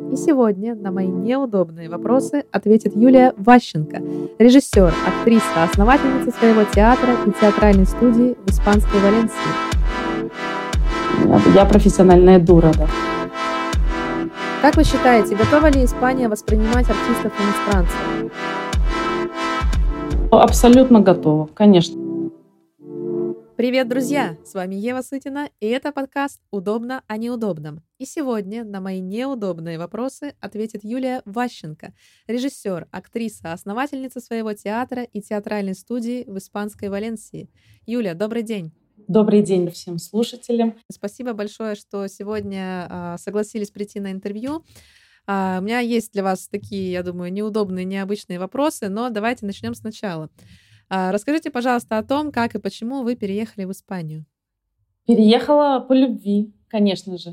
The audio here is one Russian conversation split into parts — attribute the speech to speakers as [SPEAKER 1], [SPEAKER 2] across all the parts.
[SPEAKER 1] И сегодня на мои неудобные вопросы ответит Юлия Ващенко, режиссер, актриса, основательница своего театра и театральной студии в испанской Валенсии.
[SPEAKER 2] Я профессиональная дура, да.
[SPEAKER 1] Как вы считаете, готова ли Испания воспринимать артистов-иностранцев?
[SPEAKER 2] Абсолютно готова, конечно.
[SPEAKER 1] Привет, друзья! С вами Ева Сытина, и это подкаст «Удобно о неудобном». И сегодня на мои неудобные вопросы ответит Юлия Ващенко, режиссер, актриса, основательница своего театра и театральной студии в испанской Валенсии. Юля, добрый день!
[SPEAKER 2] Добрый день всем слушателям.
[SPEAKER 1] Спасибо большое, что сегодня согласились прийти на интервью. У меня есть для вас такие, я думаю, неудобные, необычные вопросы, но давайте начнем сначала. Расскажите, пожалуйста, о том, как и почему вы переехали в Испанию.
[SPEAKER 2] Переехала по любви, конечно же.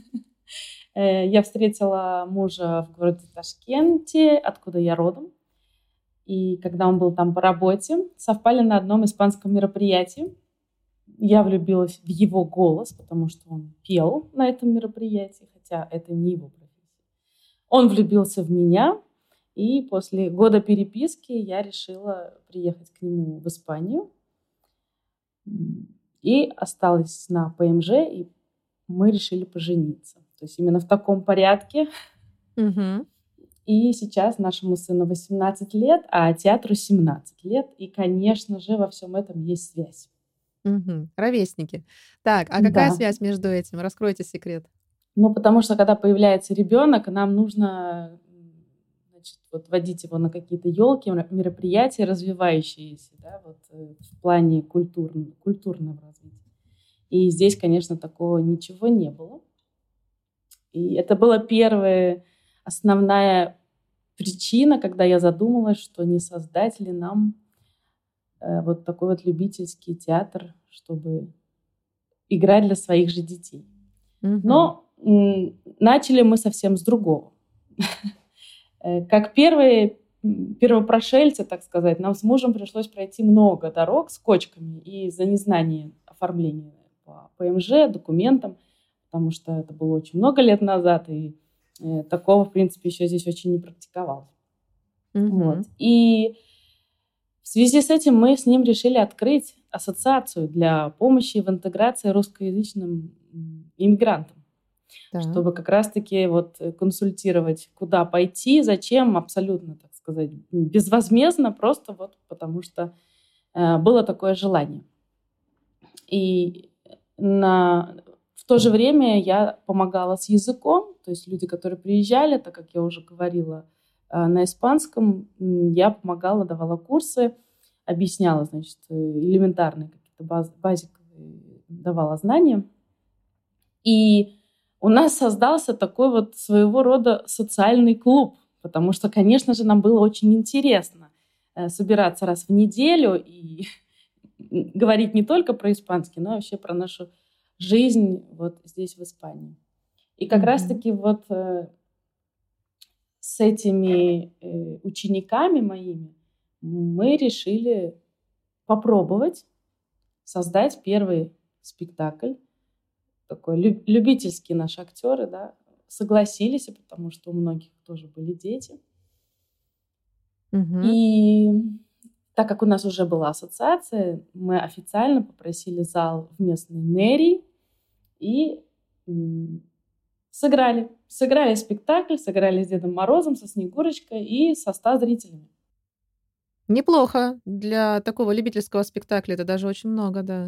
[SPEAKER 2] Я встретила мужа в городе Ташкенте, откуда я родом. И когда он был там по работе, совпали на одном испанском мероприятии. Я влюбилась в его голос, потому что он пел на этом мероприятии, хотя это не его профессия. Он влюбился в меня. И после года переписки я решила приехать к нему в Испанию. И осталась на ПМЖ, и мы решили пожениться. То есть именно в таком порядке.
[SPEAKER 1] Угу.
[SPEAKER 2] И сейчас нашему сыну 18 лет, а театру 17 лет. И, конечно же, во всем этом есть связь.
[SPEAKER 1] Угу. Ровесники. Так, а какая связь между этим? Раскройте секрет.
[SPEAKER 2] Потому что, когда появляется ребенок, нам нужно... водить его на какие-то елки, мероприятия развивающиеся, да, в плане культурного развития. И здесь, конечно, такого ничего не было. И это была первая основная причина, когда я задумалась, что не создать ли нам такой любительский театр, чтобы играть для своих же детей.
[SPEAKER 1] Угу.
[SPEAKER 2] Но начали мы совсем с другого. Как первопрошельцы, так сказать, нам с мужем пришлось пройти много дорог с кочками из-за незнания оформления по ПМЖ, документам, потому что это было очень много лет назад, и такого, в принципе, еще здесь очень не практиковалось.
[SPEAKER 1] Угу.
[SPEAKER 2] И в связи с этим мы с ним решили открыть ассоциацию для помощи в интеграции русскоязычным иммигрантам.
[SPEAKER 1] Да.
[SPEAKER 2] Чтобы как раз-таки консультировать, куда пойти, зачем, абсолютно, так сказать, безвозмездно, просто потому что было такое желание. И в то же время я помогала с языком, то есть люди, которые приезжали, так как я уже говорила на испанском, я помогала, давала курсы, объясняла, значит, элементарные какие-то базиковые, давала знания. И у нас создался такой своего рода социальный клуб, потому что, конечно же, нам было очень интересно собираться раз в неделю и говорить не только про испанский, но и вообще про нашу жизнь здесь, в Испании. И как раз-таки с этими учениками моими мы решили попробовать создать первый спектакль. Такой любительские наши актеры, да, согласились, потому что у многих тоже были дети.
[SPEAKER 1] Угу.
[SPEAKER 2] И так как у нас уже была ассоциация, мы официально попросили зал в местной мэрии и сыграли спектакль, сыграли с Дедом Морозом, со Снегурочкой и со 100 зрителями.
[SPEAKER 1] Неплохо. Для такого любительского спектакля это даже очень много, да.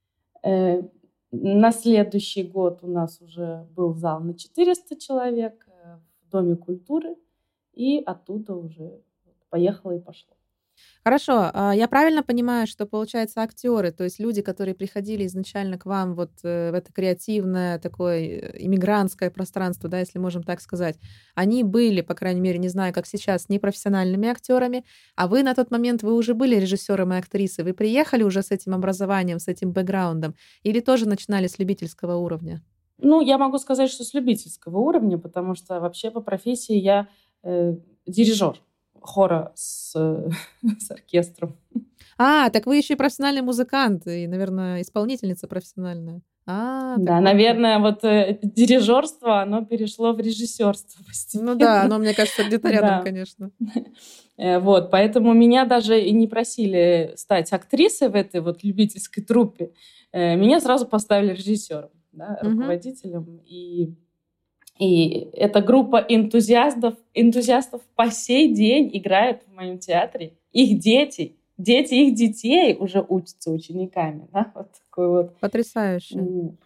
[SPEAKER 2] На следующий год у нас уже был зал на 400 человек в Доме культуры, и оттуда уже поехала и пошла.
[SPEAKER 1] Хорошо. Я правильно понимаю, что, получается, актеры, то есть люди, которые приходили изначально к вам в это креативное, такое иммигрантское пространство, да, если можем так сказать, они были, по крайней мере, не знаю, как сейчас, непрофессиональными актерами, а вы на тот момент, вы уже были режиссером и актрисой, вы приехали уже с этим образованием, с этим бэкграундом, или тоже начинали с любительского уровня?
[SPEAKER 2] Я могу сказать, что с любительского уровня, потому что вообще по профессии я дирижер хора с оркестром.
[SPEAKER 1] Так вы еще и профессиональный музыкант и, наверное, исполнительница профессиональная. Так
[SPEAKER 2] Да,
[SPEAKER 1] вот.
[SPEAKER 2] наверное, вот дирижерство, оно перешло в режиссерство
[SPEAKER 1] Ну да,
[SPEAKER 2] постепенно.
[SPEAKER 1] оно, мне кажется, где-то рядом,
[SPEAKER 2] Да.
[SPEAKER 1] конечно.
[SPEAKER 2] Вот, поэтому меня даже и не просили стать актрисой в этой вот любительской труппе. Меня сразу поставили режиссером, да, руководителем. И эта группа энтузиастов по сей день играет в моем театре. Их дети их детей уже учатся учениками. Да? Вот такой вот.
[SPEAKER 1] Потрясающе.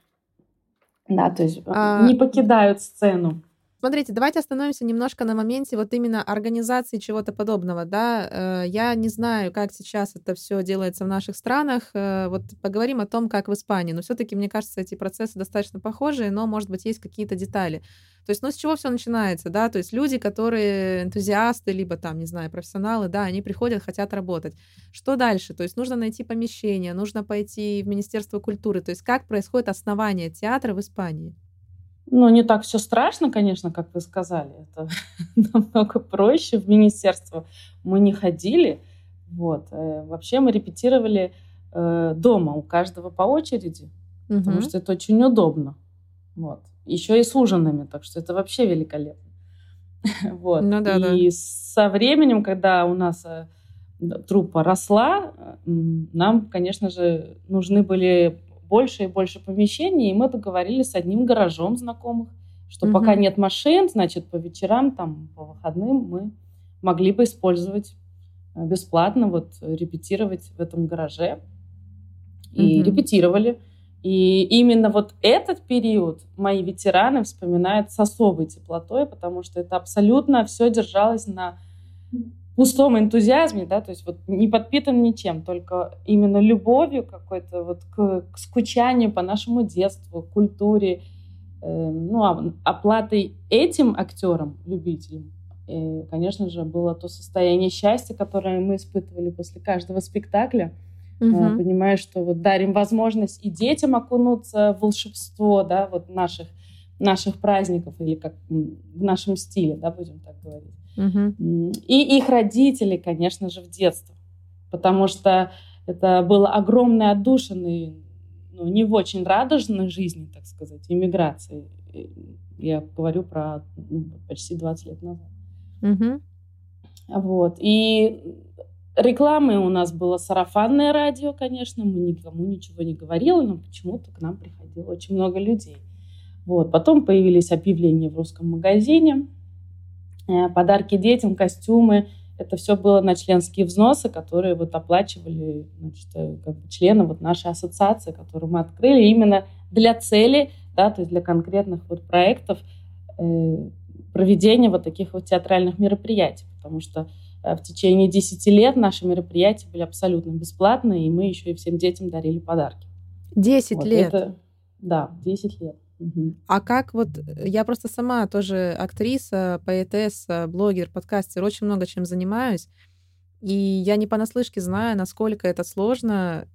[SPEAKER 2] Да, то есть не покидают сцену.
[SPEAKER 1] Смотрите, давайте остановимся немножко на моменте вот именно организации чего-то подобного, да. Я не знаю, как сейчас это все делается в наших странах. Вот поговорим о том, как в Испании. Но все-таки, мне кажется, эти процессы достаточно похожие, но, может быть, есть какие-то детали. То есть, с чего все начинается, да? То есть люди, которые энтузиасты, либо там, не знаю, профессионалы, да, они приходят, хотят работать. Что дальше? То есть нужно найти помещение, нужно пойти в Министерство культуры. То есть как происходит основание театра в Испании?
[SPEAKER 2] Не так все страшно, конечно, как вы сказали. Это намного проще. В министерство мы не ходили. Вот. Вообще мы репетировали дома у каждого по очереди, потому что это очень удобно. Вот. Еще и с ужинами, так что это вообще великолепно. Вот.
[SPEAKER 1] Ну да,
[SPEAKER 2] и со временем, когда у нас труппа росла, нам, конечно же, нужны были больше и больше помещений, и мы договорились с одним гаражом знакомых, что пока нет машин, значит, по вечерам, там, по выходным мы могли бы использовать бесплатно, вот, репетировать в этом гараже. И репетировали. И именно вот этот период мои ветераны вспоминают с особой теплотой, потому что это абсолютно все держалось на пустом энтузиазме, да, то есть вот не подпитан ничем, только именно любовью какой-то вот к скучанию по нашему детству, культуре, оплатой этим актерам, любителям, конечно же, было то состояние счастья, которое мы испытывали после каждого спектакля, понимая, что вот дарим возможность и детям окунуться в волшебство, да, вот наших праздников, или как в нашем стиле, да, будем так говорить. И их родители, конечно же, в детство. Потому что это было огромной отдушиной, не в очень радужной жизни, так сказать, иммиграции. Я говорю про почти 20 лет назад. Вот. И рекламой у нас было сарафанное радио, конечно. Мы никому ничего не говорили, но почему-то к нам приходило очень много людей. Вот. Потом появились объявления в русском магазине. Подарки детям, костюмы. Это все было на членские взносы, которые вот оплачивали, значит, как бы члены вот нашей ассоциации, которую мы открыли именно для цели, да, то есть для конкретных вот проектов проведения вот таких вот театральных мероприятий. Потому что в течение 10 лет наши мероприятия были абсолютно бесплатные, и мы еще и всем детям дарили подарки.
[SPEAKER 1] 10 лет?
[SPEAKER 2] Да, 10 лет.
[SPEAKER 1] А как вот... Я просто сама тоже актриса, поэтесса, блогер, подкастер, очень много чем занимаюсь. И я не понаслышке знаю, насколько это сложно.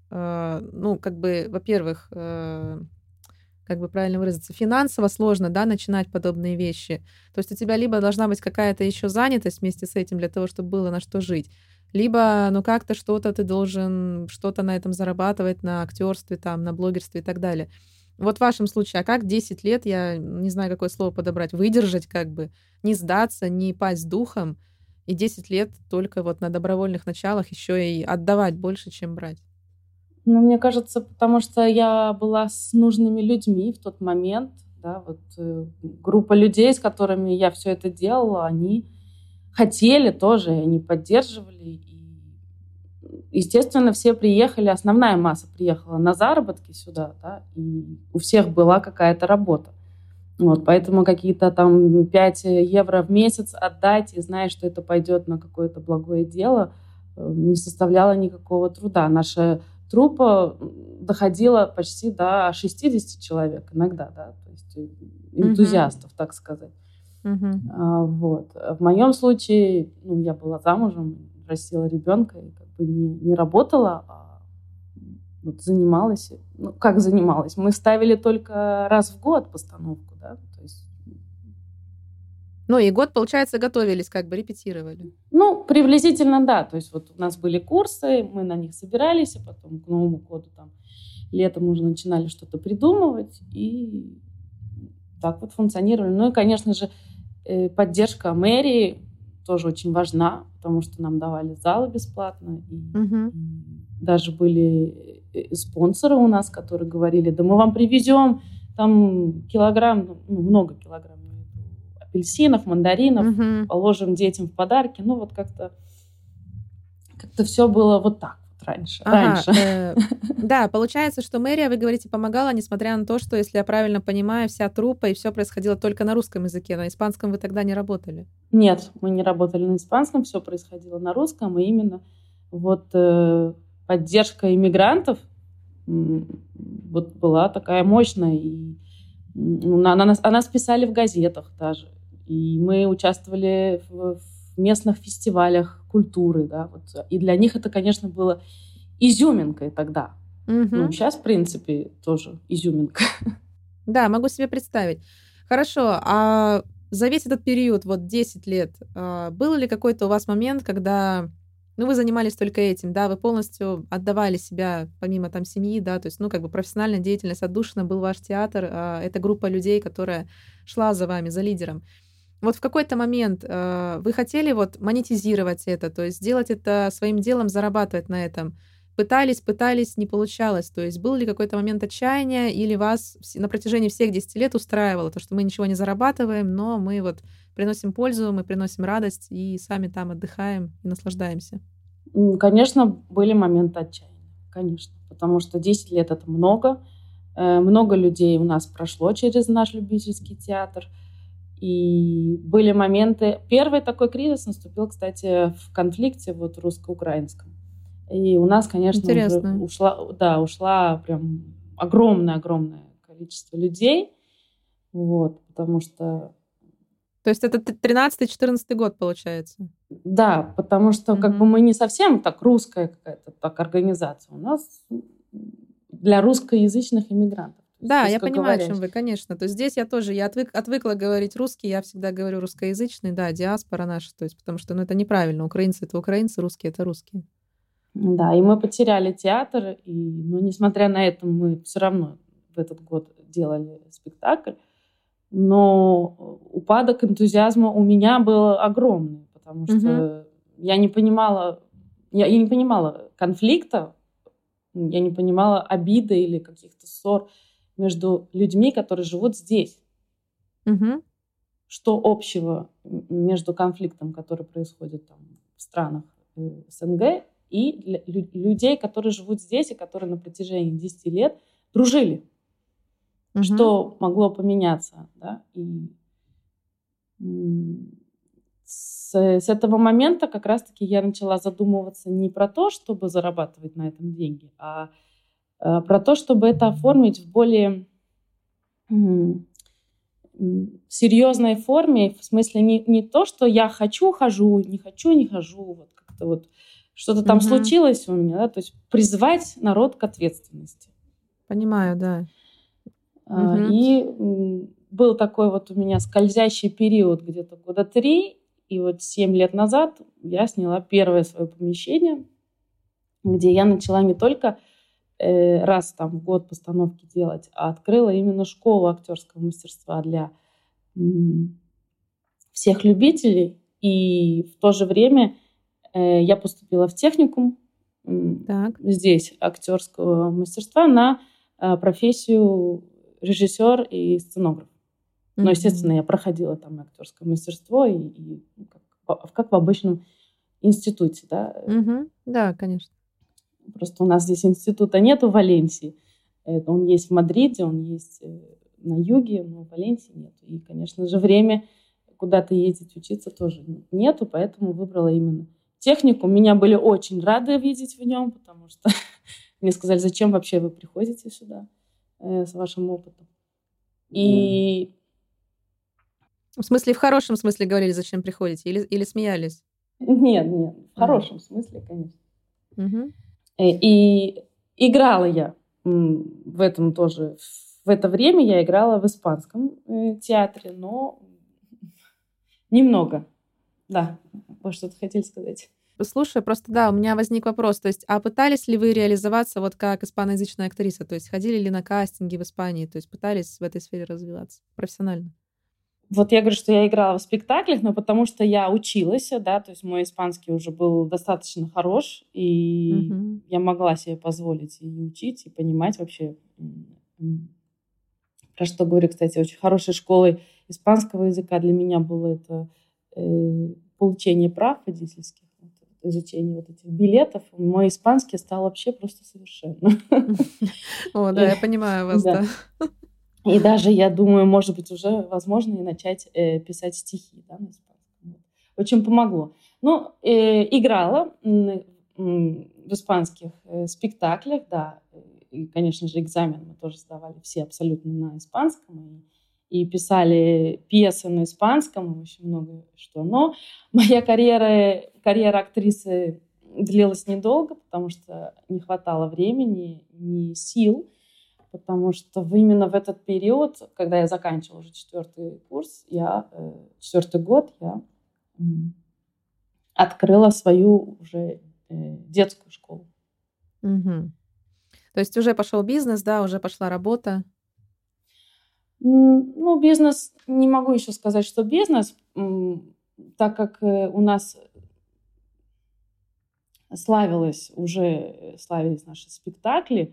[SPEAKER 1] Во-первых, как бы правильно выразиться, финансово сложно, да, начинать подобные вещи. То есть у тебя либо должна быть какая-то еще занятость вместе с этим для того, чтобы было на что жить, либо, как-то что-то ты должен что-то на этом зарабатывать, на актерстве, там, на блогерстве и так далее. Вот в вашем случае, а как 10 лет, я не знаю, какое слово подобрать, выдержать как бы, не сдаться, не пасть духом, и 10 лет только вот на добровольных началах еще и отдавать больше, чем брать?
[SPEAKER 2] Мне кажется, потому что я была с нужными людьми в тот момент, да, вот группа людей, с которыми я все это делала, они хотели тоже, и они поддерживали. Естественно, все приехали, основная масса приехала на заработки сюда, да, и у всех была какая-то работа. Вот, поэтому какие-то там 5 евро в месяц отдать, и зная, что это пойдет на какое-то благое дело, не составляло никакого труда. Наша труппа доходила почти до 60 человек иногда, да, то есть энтузиастов, так сказать. Вот. В моем случае, я была замужем, растила ребенка и как бы не работала, а вот занималась. Как занималась? Мы ставили только раз в год постановку, да, то есть...
[SPEAKER 1] Ну и год, получается, готовились, как бы репетировали.
[SPEAKER 2] Ну, приблизительно, да. То есть вот у нас были курсы, мы на них собирались, а потом к Новому году там летом уже начинали что-то придумывать, и так вот функционировали. Ну и, конечно же, поддержка мэрии тоже очень важна, потому что нам давали залы бесплатно, и даже были спонсоры у нас, которые говорили: да мы вам привезем там килограмм, ну, много килограмм апельсинов, мандаринов, положим детям в подарки. Ну, вот как-то все было вот так вот раньше.
[SPEAKER 1] Да, получается, что мэрия, вы говорите, помогала, несмотря на то, что, если я правильно понимаю, вся труппа и все происходило только на русском языке. На испанском вы тогда не работали?
[SPEAKER 2] Нет, мы не работали на испанском, все происходило на русском, и именно вот поддержка иммигрантов вот была такая мощная. И о нас писали в газетах даже. И мы участвовали в местных фестивалях культуры, да, вот. И для них это, конечно, было изюминкой тогда. Ну, сейчас, в принципе, тоже изюминка.
[SPEAKER 1] Да, могу себе представить. Хорошо, а за весь этот период, вот 10 лет, был ли какой-то у вас момент, когда, ну, вы занимались только этим, да, вы полностью отдавали себя, помимо там семьи, да, то есть, ну, как бы профессиональная деятельность, отдушина был ваш театр, это группа людей, которая шла за вами, за лидером. Вот в какой-то момент вы хотели вот монетизировать это, то есть сделать это своим делом, зарабатывать на этом? Пытались, не получалось. То есть был ли какой-то момент отчаяния, или вас на протяжении всех 10 лет устраивало то, что мы ничего не зарабатываем, но мы вот приносим пользу, мы приносим радость и сами там отдыхаем и наслаждаемся?
[SPEAKER 2] Конечно, были моменты отчаяния, конечно, потому что 10 лет — это много. Много людей у нас прошло через наш любительский театр. И были моменты... Первый такой кризис наступил, кстати, в конфликте вот русско-украинском. И у нас, конечно, уже ушла прям огромное количество людей. Вот, потому что...
[SPEAKER 1] То есть это 13-14 год, получается?
[SPEAKER 2] Да, потому что как бы мы не совсем так русская какая-то так организация. У нас для русскоязычных иммигрантов.
[SPEAKER 1] Да, я понимаю, о чем вы, конечно. То есть здесь я тоже, отвыкла говорить русский, я всегда говорю русскоязычный, да, диаспора наша, то есть, потому что, ну, это неправильно. Украинцы — это украинцы, русские — это русские.
[SPEAKER 2] Да, и мы потеряли театр, но несмотря на это мы все равно в этот год делали спектакль. Но упадок энтузиазма у меня был огромный, потому что я не понимала конфликта, я не понимала обиды или каких-то ссор между людьми, которые живут здесь. Что общего между конфликтом, который происходит там в странах СНГ, и людей, которые живут здесь и которые на протяжении 10 лет дружили. Что могло поменяться, да? И с этого момента как раз-таки я начала задумываться не про то, чтобы зарабатывать на этом деньги, а про то, чтобы это оформить в более серьезной форме, в смысле не то, что я хожу, не хочу, не хожу, вот как-то вот что-то там случилось у меня, да, то есть призвать народ к ответственности.
[SPEAKER 1] Понимаю, да.
[SPEAKER 2] И был такой вот у меня скользящий период где-то года 3, и вот 7 лет назад я сняла первое свое помещение, где я начала не только раз там в год постановки делать, а открыла именно школу актерского мастерства для всех любителей. И в то же время я поступила в техникум здесь актерского мастерства на профессию режиссер и сценограф. Но, естественно, я проходила там актерское мастерство и как в обычном институте, да.
[SPEAKER 1] Да, конечно.
[SPEAKER 2] Просто у нас здесь института нету в Валенсии. Он есть в Мадриде, он есть на юге, но в Валенсии нет. И, конечно же, время куда-то ездить учиться тоже нету, поэтому выбрала именно техникум. Меня были очень рады видеть в нем, потому что мне сказали: зачем вообще вы приходите сюда с вашим опытом. И...
[SPEAKER 1] В смысле, в хорошем смысле говорили, зачем приходите, или смеялись?
[SPEAKER 2] Нет, в хорошем смысле, конечно. И играла я в этом тоже. В это время я играла в испанском театре, но Немного. Да, вы что-то хотели сказать?
[SPEAKER 1] Слушай, просто да, у меня возник вопрос. То есть, а пытались ли вы реализоваться вот как испаноязычная актриса? То есть ходили ли на кастинги в Испании? То есть пытались в этой сфере развиваться профессионально?
[SPEAKER 2] Вот я говорю, что я играла в спектаклях, но потому что я училась, да, то есть мой испанский уже был достаточно хорош, и
[SPEAKER 1] Мгм.
[SPEAKER 2] я могла себе позволить и учить, и понимать вообще, про что говорю. Кстати, очень хорошей школой испанского языка для меня было это получение прав водительских, вот, изучение вот этих билетов. Мой испанский стал вообще просто совершенно.
[SPEAKER 1] О, да, я понимаю вас,
[SPEAKER 2] Да.
[SPEAKER 1] да.
[SPEAKER 2] И даже, я думаю, может быть, уже возможно и начать писать стихи, да, на испанском. Вот. Очень помогло. Ну, играла в испанских спектаклях, да. И, конечно же, экзамен мы тоже сдавали все абсолютно на испанском. И писали пьесы на испанском, очень много что. Но моя карьера актрисы длилась недолго, потому что не хватало времени, ни сил. Потому что именно в этот период, когда я заканчивала уже 4-й курс, 4-й год, я открыла свою уже детскую школу.
[SPEAKER 1] Мгм. То есть уже пошел бизнес, да, уже пошла работа.
[SPEAKER 2] Ну, бизнес, не могу еще сказать, что бизнес, так как у нас славились наши спектакли,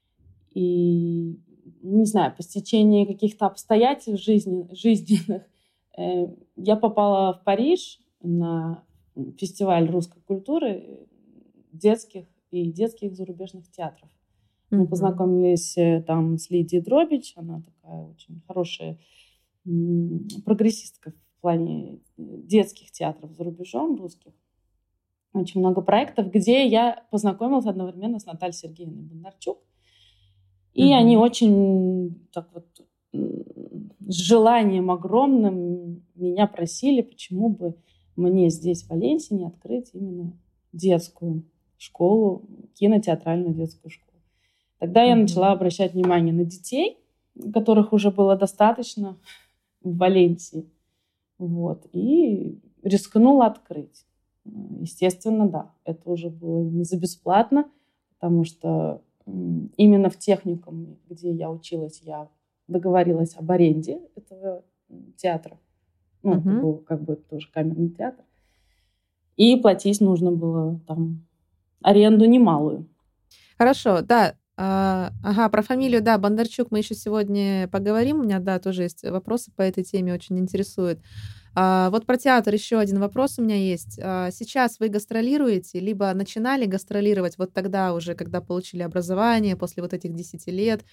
[SPEAKER 2] и, не знаю, по стечению каких-то обстоятельств жизненных я попала в Париж на фестиваль русской культуры детских зарубежных театров. Мы
[SPEAKER 1] Мгм.
[SPEAKER 2] познакомились там с Лидией Дробич, она такая очень хорошая прогрессистка в плане детских театров за рубежом русских. Очень много проектов, где я познакомилась одновременно с Натальей Сергеевной Бондарчук. И они очень так вот с желанием огромным меня просили, почему бы мне здесь, в Валенсии, не открыть именно детскую школу, кинотеатральную детскую школу. Тогда я начала обращать внимание на детей, которых уже было достаточно в Валенсии. Вот. И рискнула открыть. Естественно, да, это уже было не за бесплатно, потому что именно в техникуме, где я училась, я договорилась об аренде этого театра. Ну, это был как бы тоже камерный театр. И платить нужно было там аренду немалую.
[SPEAKER 1] Хорошо, да. Ага, про фамилию, да, Бондарчук мы еще сегодня поговорим. У меня, да, тоже есть вопросы по этой теме, очень интересует. Вот про театр еще один вопрос у меня есть. Сейчас вы гастролируете, либо начинали гастролировать вот тогда уже, когда получили образование, после вот этих 10 лет?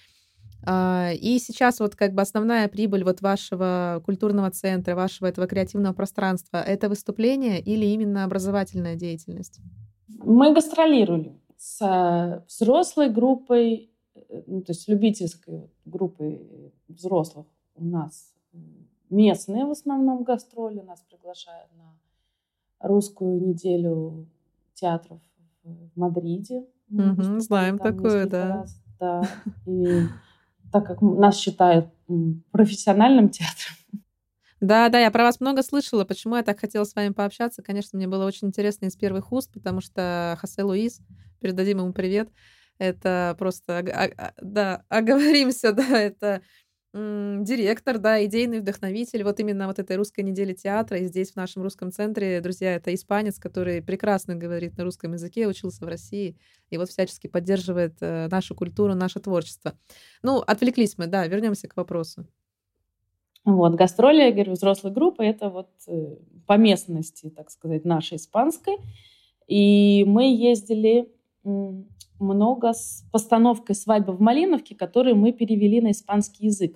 [SPEAKER 1] И сейчас вот как бы основная прибыль вот вашего культурного центра, вашего этого креативного пространства — это выступление или именно образовательная деятельность?
[SPEAKER 2] Мы гастролировали с взрослой группой, ну, то есть любительской группой взрослых. У нас местные в основном гастроли. Нас приглашают на русскую неделю театров в Мадриде. Мы выступали
[SPEAKER 1] Знаем
[SPEAKER 2] там
[SPEAKER 1] такое,
[SPEAKER 2] несколько
[SPEAKER 1] да.
[SPEAKER 2] раз. Да. И так как нас считают профессиональным театром.
[SPEAKER 1] Да, я про вас много слышала. Почему я так хотела с вами пообщаться? Конечно, мне было очень интересно из первых уст, потому что Хосе Луис, передадим ему привет, это просто, да, оговоримся, да, это директор, да, идейный вдохновитель вот именно вот этой русской недели театра. И здесь, в нашем русском центре, друзья, это испанец, который прекрасно говорит на русском языке, учился в России и вот всячески поддерживает нашу культуру, наше творчество. Ну, отвлеклись мы, да, вернемся к вопросу.
[SPEAKER 2] Вот, гастроли, я говорю, взрослой группы, это вот по местности, так сказать, нашей испанской. И мы ездили много с постановкой «Свадьба в Малиновке», которую мы перевели на испанский язык.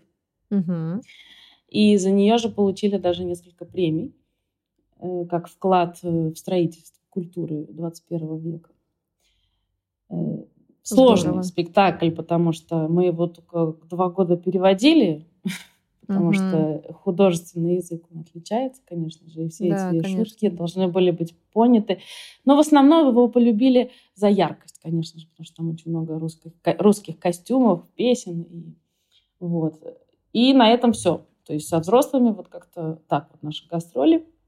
[SPEAKER 2] И за нее же получили даже несколько премий, как вклад в строительство культуры 21 века. Сложный
[SPEAKER 1] Здорово.
[SPEAKER 2] спектакль, потому что мы его только 2 года переводили, потому что художественный язык, он отличается, конечно же, и все эти шутки должны были быть поняты. Но в основном его полюбили за яркость, конечно же, потому что там очень много русских костюмов, песен. Вот. И на этом все. То есть со взрослыми вот как-то так вот наши гастроли.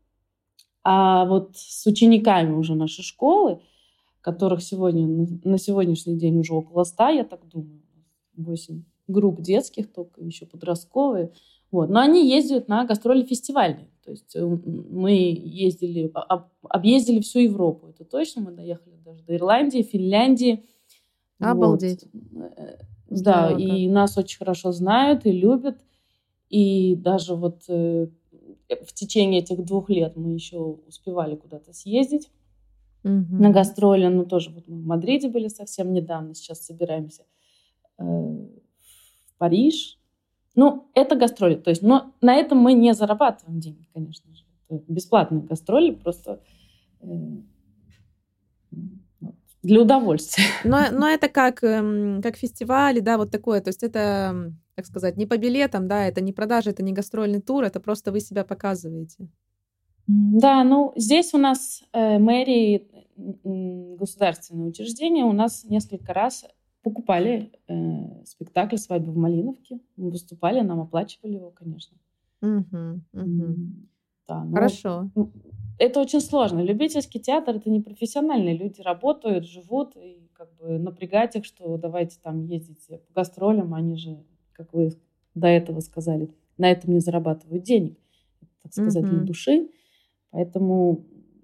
[SPEAKER 2] А вот с учениками уже нашей школы, которых на сегодняшний день уже около 100, я так думаю, 8 групп детских, только еще подростковые. Вот. Но они ездят на гастроли фестивальные. То есть мы ездили, объездили всю Европу. Это точно. Мы доехали даже до Ирландии, Финляндии.
[SPEAKER 1] Обалдеть.
[SPEAKER 2] Вот.
[SPEAKER 1] Здорово
[SPEAKER 2] Да,
[SPEAKER 1] как.
[SPEAKER 2] и нас очень хорошо знают и любят. И даже вот в течение этих 2 лет мы еще успевали куда-то съездить на гастроли. Ну, тоже вот мы в Мадриде были совсем недавно. Сейчас собираемся в Париж. Ну, это гастроли. То есть, но на этом мы не зарабатываем деньги, конечно же. Это бесплатные гастроли, просто для удовольствия.
[SPEAKER 1] Но это как фестивали, да, вот такое. То есть это, так сказать, не по билетам, да, это не продажа, это не гастрольный тур, это просто вы себя показываете.
[SPEAKER 2] Да, ну, здесь у нас мэрии, государственные учреждения у нас несколько раз покупали спектакль «Свадьба в Малиновке». Мы выступали, нам оплачивали его, конечно. Да, но
[SPEAKER 1] Хорошо.
[SPEAKER 2] это очень сложно. Любительский театр — это не профессиональные люди, работают, живут, и как бы напрягать их, что давайте там ездите по гастролям, они же, как вы до этого сказали, на этом не зарабатывают денег, так сказать, для души. Поэтому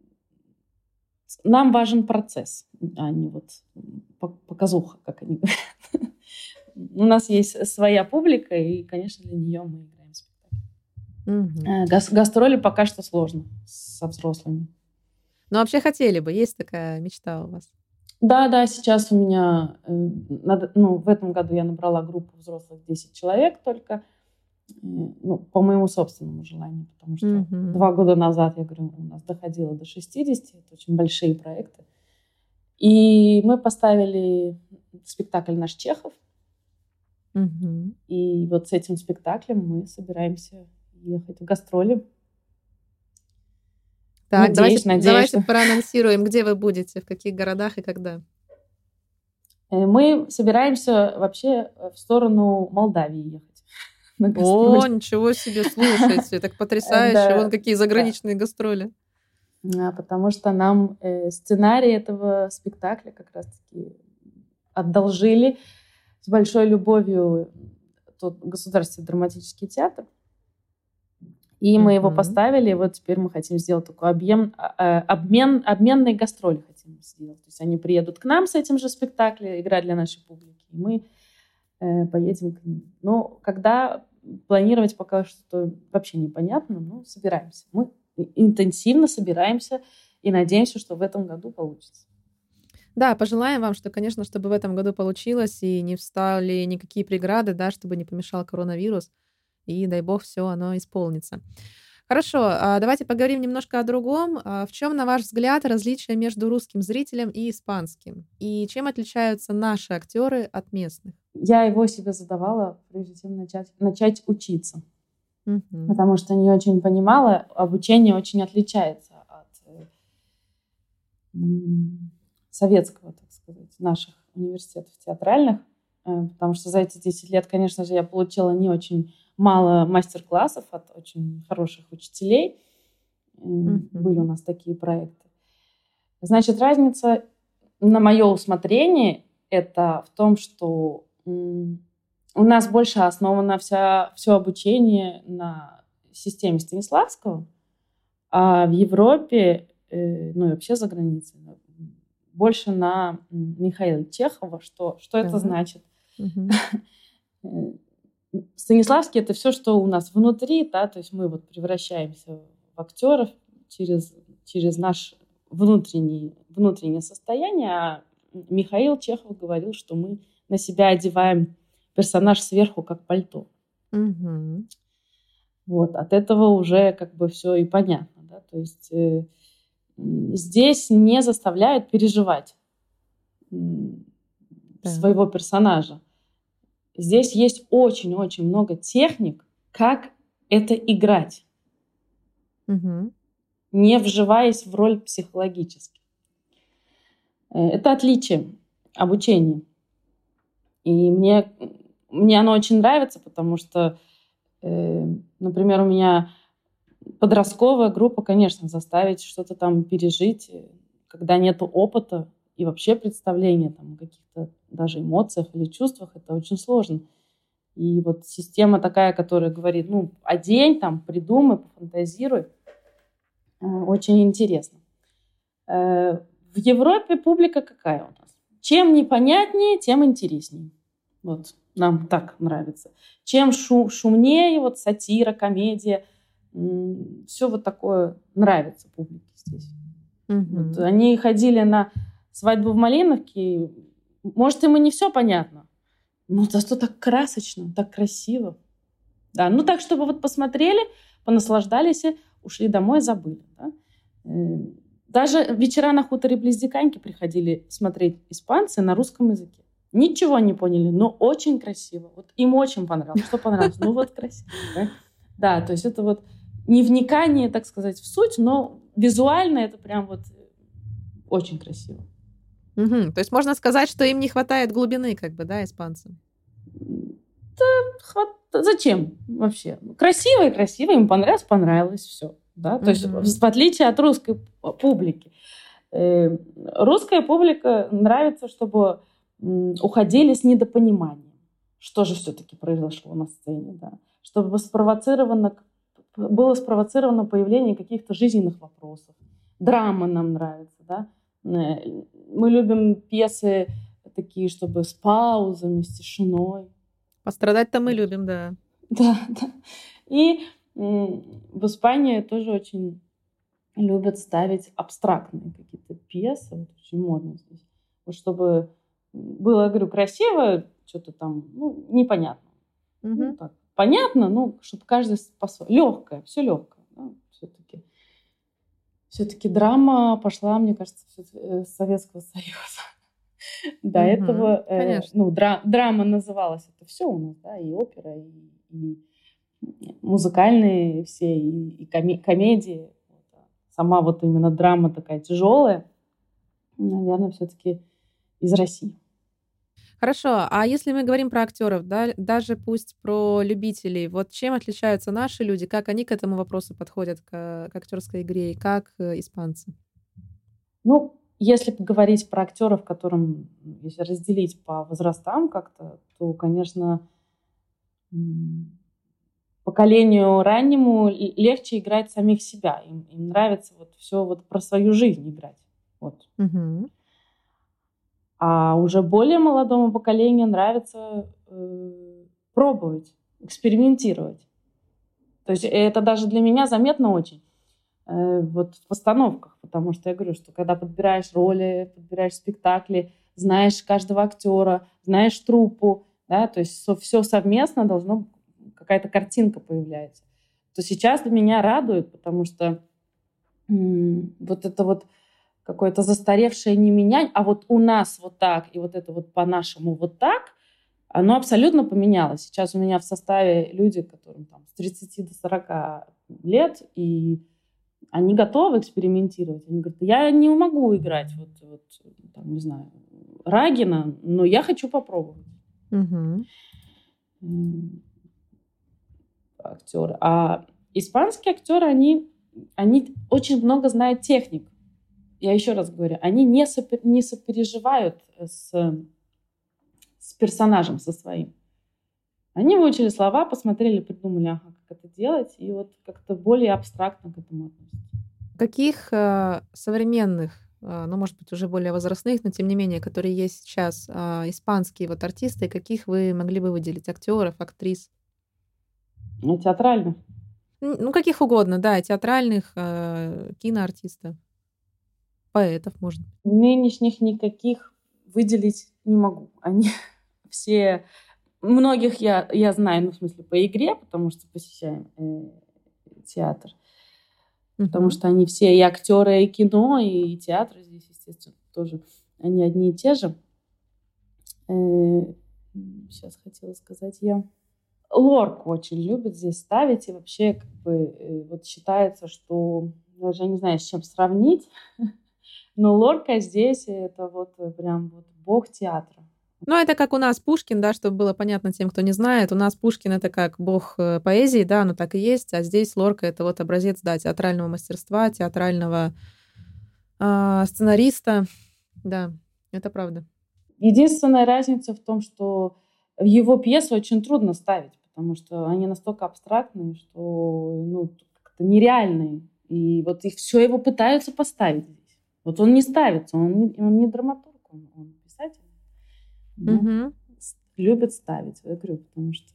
[SPEAKER 2] нам важен процесс, а не вот показуха, как они говорят. У нас есть своя публика, и, конечно, для нее мы играем спектакль. Гастроли пока что сложно со взрослыми.
[SPEAKER 1] Но вообще хотели бы, есть такая мечта у вас?
[SPEAKER 2] Да, сейчас у меня, в этом году я набрала группу взрослых 10 человек только, по моему собственному желанию, потому что 2 года назад, я говорю, у нас доходило до 60, это очень большие проекты. И мы поставили спектакль «Наш Чехов». И вот с этим спектаклем мы собираемся ехать в гастроли.
[SPEAKER 1] Так, давайте проанонсируем, где вы будете, в каких городах и когда.
[SPEAKER 2] Мы собираемся вообще в сторону Молдавии ехать.
[SPEAKER 1] О, ничего себе, слушайте, так потрясающе. Вон какие заграничные гастроли.
[SPEAKER 2] Потому что нам сценарий этого спектакля как раз-таки одолжили с большой любовью тот Государственный драматический театр. И мы его поставили, и вот теперь мы хотим сделать такой обменные гастроли хотим сделать. То есть они приедут к нам с этим же спектаклем, играть для нашей публики, и мы поедем к ним. Но когда планировать пока что вообще непонятно, но собираемся. Мы интенсивно собираемся и надеемся, что в этом году получится.
[SPEAKER 1] Да, пожелаем вам, что, конечно, чтобы в этом году получилось и не встали никакие преграды, да, чтобы не помешал коронавирус. И, дай бог, все оно исполнится. Хорошо, давайте поговорим немножко о другом. В чем, на ваш взгляд, различие между русским зрителем и испанским? И чем отличаются наши актеры от местных?
[SPEAKER 2] Я его себе задавала, прежде чем начать учиться. Потому что не очень понимала, обучение очень отличается от советского, так сказать, наших университетов театральных. Потому что за эти 10 лет, конечно же, я получила не очень мало мастер-классов от очень хороших учителей. Были у нас такие проекты. Значит, разница, на мое усмотрение, это в том, что у нас больше основано все обучение на системе Станиславского, а в Европе, ну и вообще за границей, больше на Михаила Чехова. Что это значит? Станиславский — это все, что у нас внутри, да, то есть мы вот превращаемся в актеров через наше внутреннее состояние, а Михаил Чехов говорил, что мы на себя одеваем персонаж сверху, как пальто. Вот, от этого уже как бы все и понятно, да, то есть здесь не заставляют переживать своего персонажа. Здесь есть очень-очень много техник, как это играть, не вживаясь в роль психологически. Это отличие обучения. И мне оно очень нравится, потому что, например, у меня подростковая группа, конечно, заставить что-то там пережить, когда нет опыта и вообще представления там, о каких-то даже эмоциях или чувствах, это очень сложно. И вот система такая, которая говорит, одень, там, придумай, пофантазируй, очень интересно. В Европе публика какая у нас? Чем непонятнее, тем интереснее. Вот нам так нравится. Чем шумнее, вот сатира, комедия, все вот такое нравится публике здесь. Вот они ходили на свадьбу в Малиновке, может, им и не все понятно, но зато так красочно, так красиво. Да, так, чтобы вот посмотрели, понаслаждались, ушли домой, забыли. Да? Даже вечера на хуторе близ Диканьки приходили смотреть испанцы на русском языке. Ничего не поняли, но очень красиво. Вот им очень понравилось. Что понравилось? Красиво. Да, то есть это вот не вникание, так сказать, в суть, но визуально это прям вот очень красиво.
[SPEAKER 1] То есть можно сказать, что им не хватает глубины, как бы, да, испанцам?
[SPEAKER 2] Да, зачем вообще? Красиво и красиво, им понравилось, все. Да? То есть в отличие от русской публики. Русская публика нравится, чтобы уходили с недопониманием. Что же все-таки произошло на сцене, да? Чтобы было спровоцировано появление каких-то жизненных вопросов. Драма нам нравится, да? Мы любим пьесы такие, чтобы с паузами, с тишиной.
[SPEAKER 1] Пострадать-то мы любим, да.
[SPEAKER 2] Да. И в Испании тоже очень любят ставить абстрактные какие-то пьесы. Вот очень модно здесь. Вот чтобы было, я говорю, красиво, что-то там, непонятно. Так, понятно, чтобы каждый легкое, все легкое. Да, все-таки драма пошла, мне кажется, с Советского Союза. До этого драма называлась это все у нас, да, и опера, и музыкальные все, и комедии. Сама вот именно драма такая тяжелая, наверное, все-таки из России.
[SPEAKER 1] Хорошо, а если мы говорим про актеров, да, даже пусть про любителей, вот чем отличаются наши люди, как они к этому вопросу подходят, к актерской игре, и как испанцы?
[SPEAKER 2] Если поговорить про актеров, которым, если разделить по возрастам как-то, то, конечно, поколению раннему легче играть самих себя. Им нравится вот все вот про свою жизнь играть. Вот. А уже более молодому поколению нравится пробовать, экспериментировать. То есть это даже для меня заметно очень вот в постановках, потому что я говорю, что когда подбираешь роли, подбираешь спектакли, знаешь каждого актера, знаешь труппу, да, то есть все совместно должно, какая-то картинка появляется. То сейчас для меня радует, потому что вот это вот какое-то застаревшее не менять, а вот у нас вот так, и вот это вот по-нашему вот так, оно абсолютно поменялось. Сейчас у меня в составе люди, которым там с 30 до 40 лет, и они готовы экспериментировать. Они говорят, я не могу играть вот там, не знаю, Рагина, но я хочу попробовать. Актеры. А испанские актеры, они очень много знают техник. Я еще раз говорю, они не сопереживают с персонажем, со своим. Они выучили слова, посмотрели, придумали, как это делать, и вот как-то более абстрактно к этому относятся.
[SPEAKER 1] Каких современных, может быть, уже более возрастных, но тем не менее, которые есть сейчас, испанские вот артисты, каких вы могли бы выделить? Актеров, актрис?
[SPEAKER 2] Театральных.
[SPEAKER 1] Каких угодно, да, театральных, киноартистов. Поэтов, может.
[SPEAKER 2] Нынешних никаких выделить не могу. Они все... Многих я знаю, в смысле, по игре, потому что посещаем театр. Потому что они все и актеры, и кино, и театр здесь, естественно, тоже. Они одни и те же. Сейчас хотела сказать я. Лорку очень любят здесь ставить. И вообще, вот считается, что... Даже не знаю, с чем сравнить. Но Лорка здесь это вот прям вот бог театра.
[SPEAKER 1] Ну, это как у нас Пушкин, да, чтобы было понятно тем, кто не знает. У нас Пушкин — это как бог поэзии, да, оно так и есть, а здесь Лорка — это вот образец, да, театрального мастерства, театрального сценариста. Да, это правда.
[SPEAKER 2] Единственная разница в том, что его пьесы очень трудно ставить, потому что они настолько абстрактные, что как-то нереальные. И вот их все его пытаются поставить здесь. Вот он не ставится, он не драматург, он писатель.
[SPEAKER 1] Мгм.
[SPEAKER 2] Любит ставить, я говорю, потому что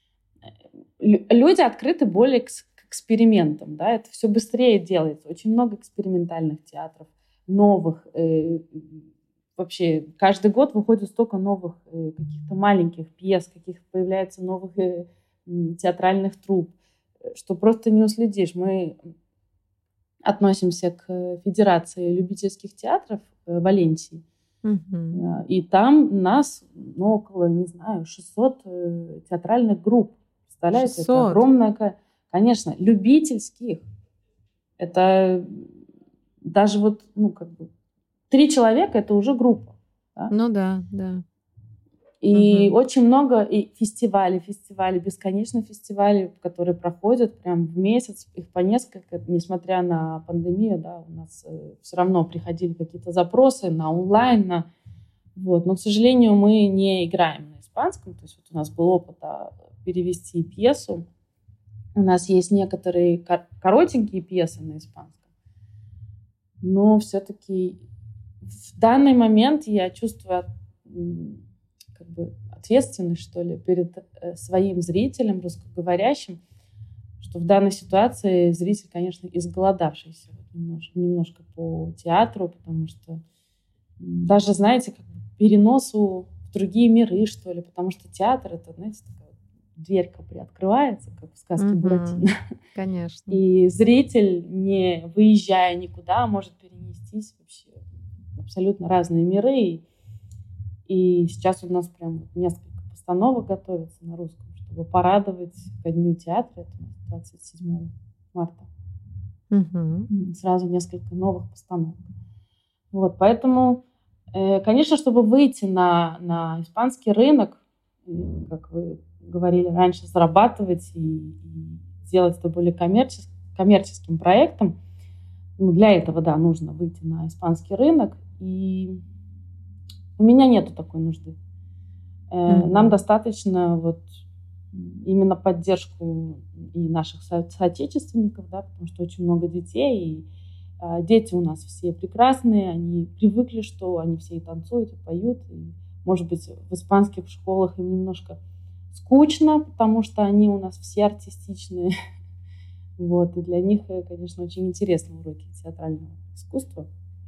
[SPEAKER 2] люди открыты более к экспериментам, да, это все быстрее делается. Очень много экспериментальных театров, новых. Вообще каждый год выходит столько новых каких-то маленьких пьес, каких появляется новых театральных труп, что просто не уследишь. Мы относимся к Федерации любительских театров Валенсии.
[SPEAKER 1] Мгм.
[SPEAKER 2] И там нас около, не знаю, 600 театральных групп. Представляете, это
[SPEAKER 1] 600.
[SPEAKER 2] огромное, конечно, любительских. Это даже вот, 3 человека — это уже группа. Да?
[SPEAKER 1] Ну да, да.
[SPEAKER 2] И
[SPEAKER 1] Мгм.
[SPEAKER 2] очень много и фестивалей, бесконечно фестивалей, которые проходят прям в месяц, их по несколько, несмотря на пандемию, да, у нас все равно приходили какие-то запросы на онлайн, вот. Но, к сожалению, мы не играем на испанском, то есть вот у нас был опыт перевести пьесу, у нас есть некоторые коротенькие пьесы на испанском, но все-таки в данный момент я чувствую ответственность, что ли, перед своим зрителем, русскоговорящим, что в данной ситуации зритель, конечно, изголодавшийся немножко по театру, потому что даже, знаете, как бы переносу в другие миры, что ли, потому что театр — это, знаете, такая дверька приоткрывается, как в сказке Буратино.
[SPEAKER 1] Конечно.
[SPEAKER 2] И зритель, не выезжая никуда, может перенестись вообще в абсолютно разные миры. И сейчас у нас прям несколько постановок готовится на русском, чтобы порадовать ко Дню театра. Это у нас 27 марта.
[SPEAKER 1] Мгм.
[SPEAKER 2] Сразу несколько новых постановок. Вот, поэтому, конечно, чтобы выйти на испанский рынок, как вы говорили раньше, зарабатывать и сделать это более коммерческим проектом, для этого, да, нужно выйти на испанский рынок. И у меня нету такой нужды. Нам достаточно вот именно поддержку и наших соотечественников, да, потому что очень много детей, и дети у нас все прекрасные, они привыкли, что они все и танцуют, и поют, и, может быть, в испанских школах им немножко скучно, потому что они у нас все артистичные, вот, и для них, конечно, очень интересны уроки театрального искусства.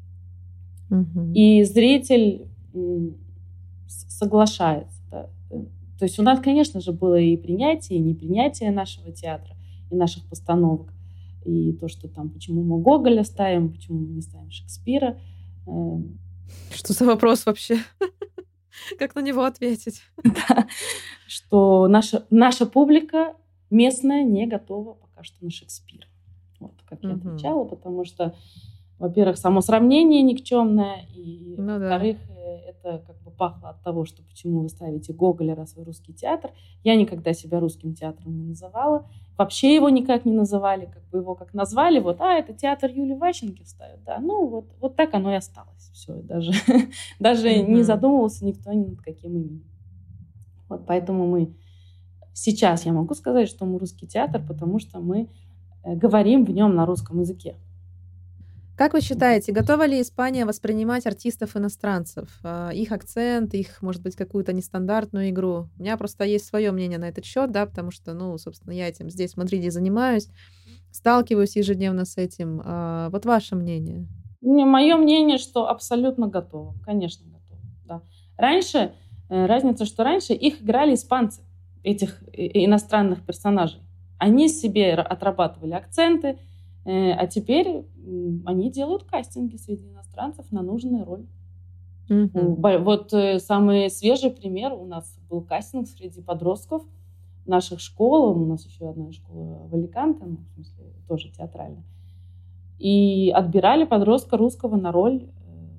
[SPEAKER 2] И зритель соглашается, да. То есть у нас, конечно же, было и принятие, и непринятие нашего театра, и наших постановок, и то, что там, почему мы Гоголя ставим, почему мы не ставим Шекспира.
[SPEAKER 1] Что за вопрос вообще? Как на него ответить?
[SPEAKER 2] Да, что наша публика местная не готова пока что на Шекспира. Вот как я отвечала, потому что, во-первых, само сравнение никчемное, и, во-вторых, это как бы пахло от того, что почему вы ставите Гоголя, раз вы русский театр. Я никогда себя русским театром не называла. Вообще его никак не называли, как бы его как назвали, вот, это театр Юлии Ващенко ставят, да, вот так оно и осталось. Все, даже не задумывался никто ни над каким именем. Вот поэтому сейчас я могу сказать, что мы русский театр, потому что мы говорим в нем на русском языке.
[SPEAKER 1] Как вы считаете, готова ли Испания воспринимать артистов-иностранцев? Их акцент, их, может быть, какую-то нестандартную игру? У меня просто есть свое мнение на этот счет, да, потому что, собственно, я этим здесь, в Мадриде, занимаюсь, сталкиваюсь ежедневно с этим. Вот ваше мнение?
[SPEAKER 2] Мое мнение, что абсолютно готово. Конечно, готово. Да. Разница, что раньше их играли испанцы, этих иностранных персонажей. Они себе отрабатывали акценты, а теперь они делают кастинги среди иностранцев на нужную роль. Вот самый свежий пример. У нас был кастинг среди подростков наших школ. У нас еще одна школа в Аликанте, в смысле, тоже театральная. И отбирали подростка русского на роль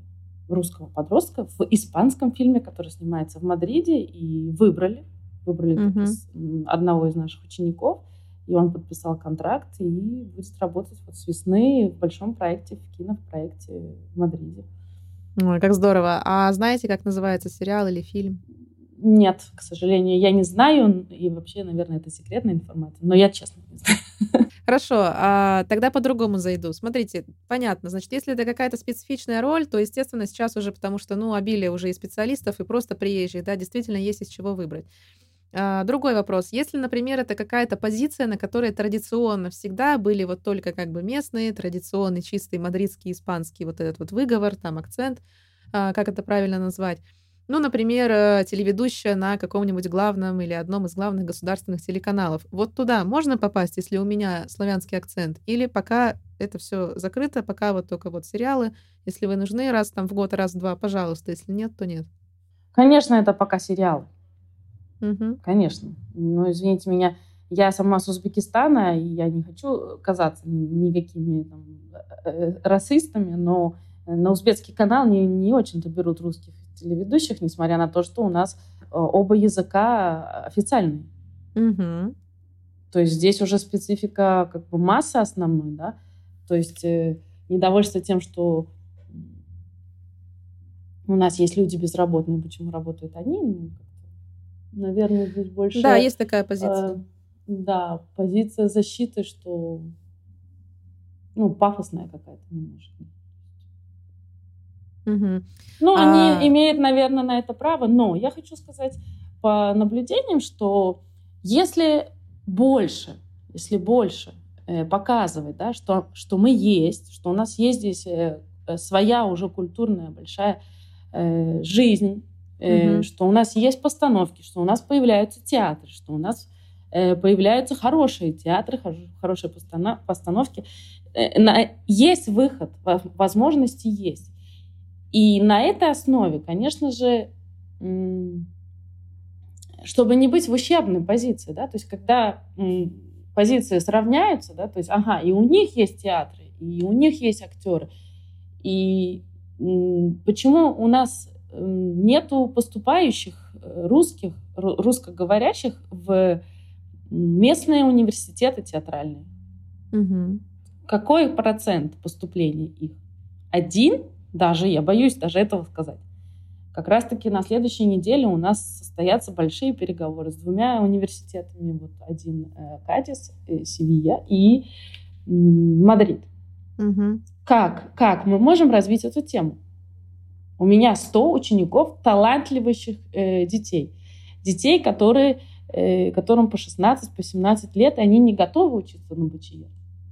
[SPEAKER 2] русского подростка в испанском фильме, который снимается в Мадриде, и выбрали одного из наших учеников, и он подписал контракт и будет работать вот с весны в большом проекте, в кинопроекте в Мадриде.
[SPEAKER 1] Ой, как здорово. А знаете, как называется сериал или фильм?
[SPEAKER 2] Нет, к сожалению, я не знаю, и вообще, наверное, это секретная информация, но я честно не знаю.
[SPEAKER 1] Хорошо, тогда по-другому зайду. Смотрите, понятно, значит, если это какая-то специфичная роль, то, естественно, сейчас уже, потому что, обилие уже и специалистов, и просто приезжих, да, действительно есть из чего выбрать. Другой вопрос. Если, например, это какая-то позиция, на которой традиционно всегда были вот только как бы местные, традиционный, чистый мадридский, испанский вот этот вот выговор, там акцент, как это правильно назвать. Например, телеведущая на каком-нибудь главном или одном из главных государственных телеканалов. Вот туда можно попасть, если у меня славянский акцент? Или пока это все закрыто, пока вот только вот сериалы, если вы нужны раз там в год, раз-два, пожалуйста, если нет, то нет.
[SPEAKER 2] Конечно, это пока сериал.
[SPEAKER 1] Угу.
[SPEAKER 2] Конечно. Но, извините меня, я сама с Узбекистана, и я не хочу казаться никакими там расистами, но на узбекский канал не очень-то берут русских телеведущих, несмотря на то, что у нас оба языка официальные.
[SPEAKER 1] Угу.
[SPEAKER 2] То есть здесь уже специфика как бы массы основной, да. То есть недовольство тем, что у нас есть люди безработные, почему работают они, наверное, здесь больше...
[SPEAKER 1] Да, есть такая позиция.
[SPEAKER 2] Да, позиция защиты, что пафосная какая-то немножко.
[SPEAKER 1] Угу.
[SPEAKER 2] Они имеют, наверное, на это право, но я хочу сказать по наблюдениям, что если больше показывать, да, что мы есть, что у нас есть здесь своя уже культурная большая жизнь, что у нас есть постановки, что у нас появляются театры, что у нас появляются хорошие театры, хорошие постановки. Есть выход, возможности есть. И на этой основе, конечно же, чтобы не быть в ущербной позиции, да, то есть когда позиции сравняются, да, то есть, и у них есть театры, и у них есть актеры, и почему у нас нету поступающих русскоговорящих в местные университеты театральные?
[SPEAKER 1] Угу.
[SPEAKER 2] Какой процент поступления их? 1? Даже, я боюсь даже этого сказать. Как раз-таки на следующей неделе у нас состоятся большие переговоры с 2 университетами. Вот один Кадис, Севилья и Мадрид.
[SPEAKER 1] Угу.
[SPEAKER 2] Как мы можем развить эту тему? У меня 100 учеников, талантливых детей. Детей, которым по 16, по 17 лет, и они не готовы учиться на бачелор.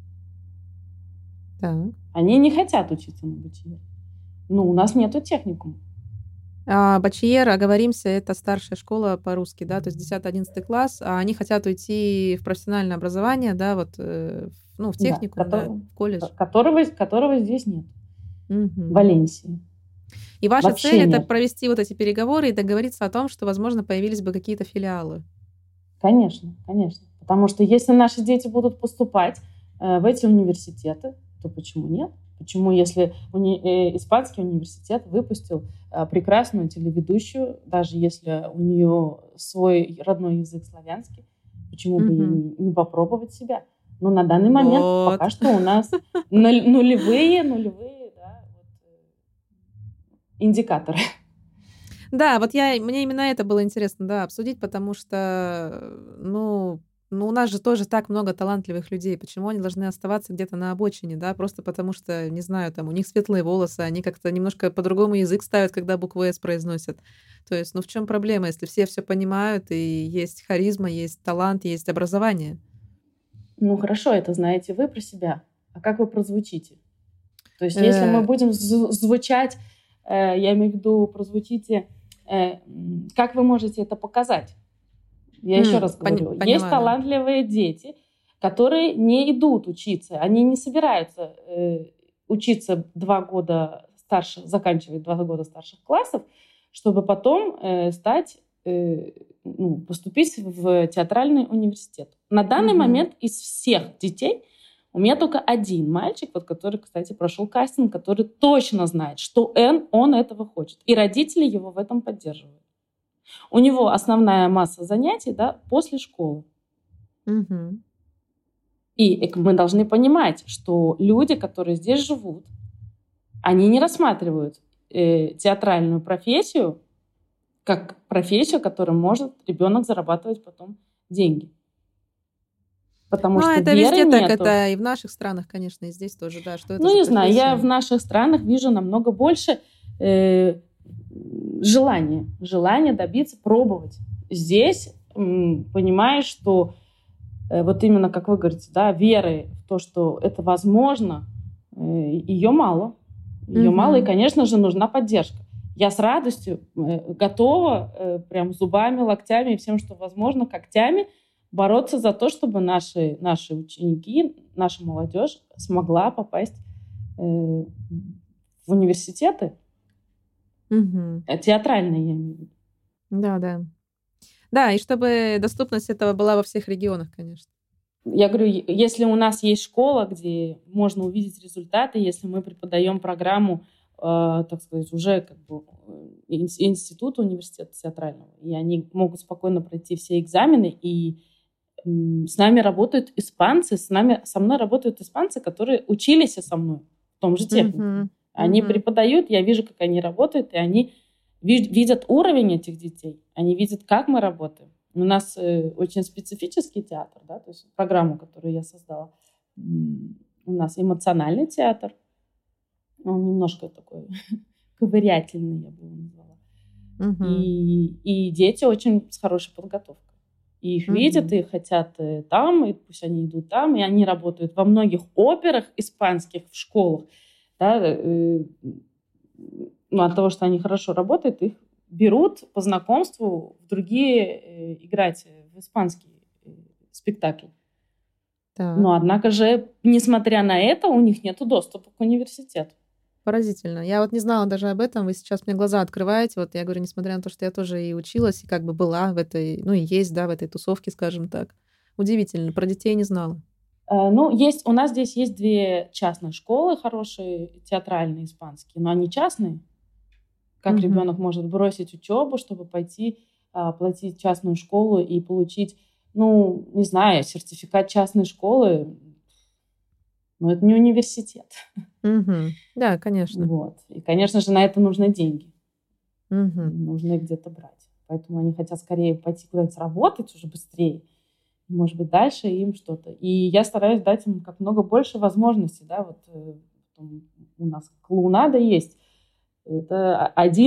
[SPEAKER 1] Так.
[SPEAKER 2] Они не хотят учиться на бачелор. У нас нету техникума.
[SPEAKER 1] Бачелор, оговоримся, это старшая школа по-русски, да, то есть 10-11 класс, а они хотят уйти в профессиональное образование, да, вот, в техникум, да, в колледж.
[SPEAKER 2] Которого здесь нет.
[SPEAKER 1] Угу.
[SPEAKER 2] В Валенсии.
[SPEAKER 1] И ваша
[SPEAKER 2] Вообще
[SPEAKER 1] цель
[SPEAKER 2] нет.
[SPEAKER 1] это провести вот эти переговоры и договориться о том, что, возможно, появились бы какие-то филиалы.
[SPEAKER 2] Конечно, конечно. Потому что если наши дети будут поступать в эти университеты, то почему нет? Почему, если испанский университет выпустил прекрасную телеведущую, даже если у нее свой родной язык славянский, почему бы ей не попробовать себя? Но на данный момент пока что у нас нулевые, да, индикаторы.
[SPEAKER 1] Да, вот мне именно это было интересно, да, обсудить, потому что, у нас же тоже так много талантливых людей. Почему они должны оставаться где-то на обочине, да? Просто потому что, не знаю, там у них светлые волосы, они как-то немножко по-другому язык ставят, когда букву «С» произносят. То есть, в чем проблема, если все понимают, и есть харизма, есть талант, есть образование?
[SPEAKER 2] Хорошо, это знаете вы про себя. А как вы прозвучите? То есть, если мы будем звучать, я имею в виду, прозвучите, как вы можете это показать? Я еще раз говорю, есть талантливые дети, которые не идут учиться, они не собираются учиться 2 года старше, заканчивать 2 года старших классов, чтобы потом поступить в театральный университет. На данный момент из всех детей У меня только один мальчик, вот, который, кстати, прошел кастинг, который точно знает, что он этого хочет. И родители его в этом поддерживают. У него основная масса занятий, да, после школы.
[SPEAKER 1] Мгм.
[SPEAKER 2] И мы должны понимать, что люди, которые здесь живут, они не рассматривают театральную профессию как профессию, которой может ребенок зарабатывать потом деньги. Потому
[SPEAKER 1] Ну,
[SPEAKER 2] что
[SPEAKER 1] это
[SPEAKER 2] веры
[SPEAKER 1] везде так,
[SPEAKER 2] нету.
[SPEAKER 1] это и в наших странах, конечно, и здесь тоже, да, что это
[SPEAKER 2] Ну,
[SPEAKER 1] за
[SPEAKER 2] не знаю, я в
[SPEAKER 1] профессия.
[SPEAKER 2] наших странах вижу намного больше желания добиться, пробовать. Здесь понимаешь, что вот именно, как вы говорите, да, веры в то, что это возможно, ее мало. Ее мало, и,
[SPEAKER 1] Мгм.
[SPEAKER 2] конечно же, нужна поддержка. Я с радостью готова прям зубами, локтями и всем, что возможно, когтями бороться за то, чтобы наши ученики, наша молодежь смогла попасть в университеты,
[SPEAKER 1] Мгм.
[SPEAKER 2] театральные, я имею в виду.
[SPEAKER 1] Да, да. Да, и чтобы доступность этого была во всех регионах, конечно.
[SPEAKER 2] Я говорю, если у нас есть школа, где можно увидеть результаты, если мы преподаем программу, так сказать, уже как бы института, университета театрального, и они могут спокойно пройти все экзамены, и с нами работают испанцы, со мной работают испанцы, которые учились со мной в том же техникуме.
[SPEAKER 1] Мгм.
[SPEAKER 2] Они
[SPEAKER 1] Мгм.
[SPEAKER 2] преподают, я вижу, как они работают, и они видят уровень этих детей, они видят, как мы работаем. У нас очень специфический театр, да, то есть программу, которую я создала. У нас эмоциональный театр, он немножко такой ковырятельный, я бы его назвала.
[SPEAKER 1] Мгм.
[SPEAKER 2] И дети очень с хорошей подготовкой. И их видят,
[SPEAKER 1] Мгм.
[SPEAKER 2] и хотят там, и пусть они идут там, и они работают во многих операх испанских в школах. Да, ну, от того, что они хорошо работают, их берут по знакомству в другие играть в испанские спектакли.
[SPEAKER 1] Так.
[SPEAKER 2] Но, однако же, несмотря на это, у них нет доступа к университету.
[SPEAKER 1] Поразительно. Я вот не знала даже об этом. Вы сейчас мне глаза открываете. Вот я говорю, несмотря на то, что я тоже и училась, и как бы была в этой, ну и есть, да, в этой тусовке, скажем так. Удивительно. Про детей не знала.
[SPEAKER 2] Ну, у нас здесь есть 2 частные школы хорошие, театральные, испанские, но они частные. Как
[SPEAKER 1] Мгм.
[SPEAKER 2] ребенок может бросить учебу, чтобы пойти платить частную школу и получить, ну, не знаю, сертификат частной школы, но это не университет.
[SPEAKER 1] Мгм. Да, конечно.
[SPEAKER 2] Вот. И, конечно же, на это нужны деньги.
[SPEAKER 1] Мгм.
[SPEAKER 2] Нужно их где-то брать. Поэтому они хотят скорее пойти куда-нибудь работать уже быстрее. Может быть, дальше им что-то. И я стараюсь дать им как много больше возможностей. Да? Вот у нас клоунада есть. Это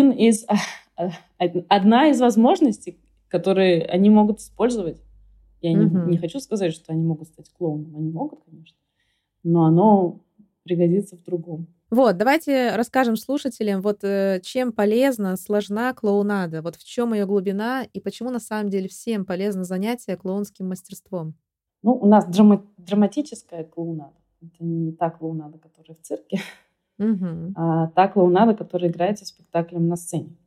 [SPEAKER 2] одна из возможностей, которые они могут использовать. Я не
[SPEAKER 1] Мгм.
[SPEAKER 2] хочу сказать, что они могут стать клоуном. Они могут, конечно. Но оно пригодится в другом.
[SPEAKER 1] Вот, давайте расскажем слушателям, вот чем полезна, сложна клоунада, вот в чем ее глубина и почему на самом деле всем полезно занятие клоунским мастерством.
[SPEAKER 2] Ну, у нас драматическая клоунада. Это не та клоунада, которая в цирке,
[SPEAKER 1] Мгм.
[SPEAKER 2] а та клоунада, которая играется спектаклем на сцене.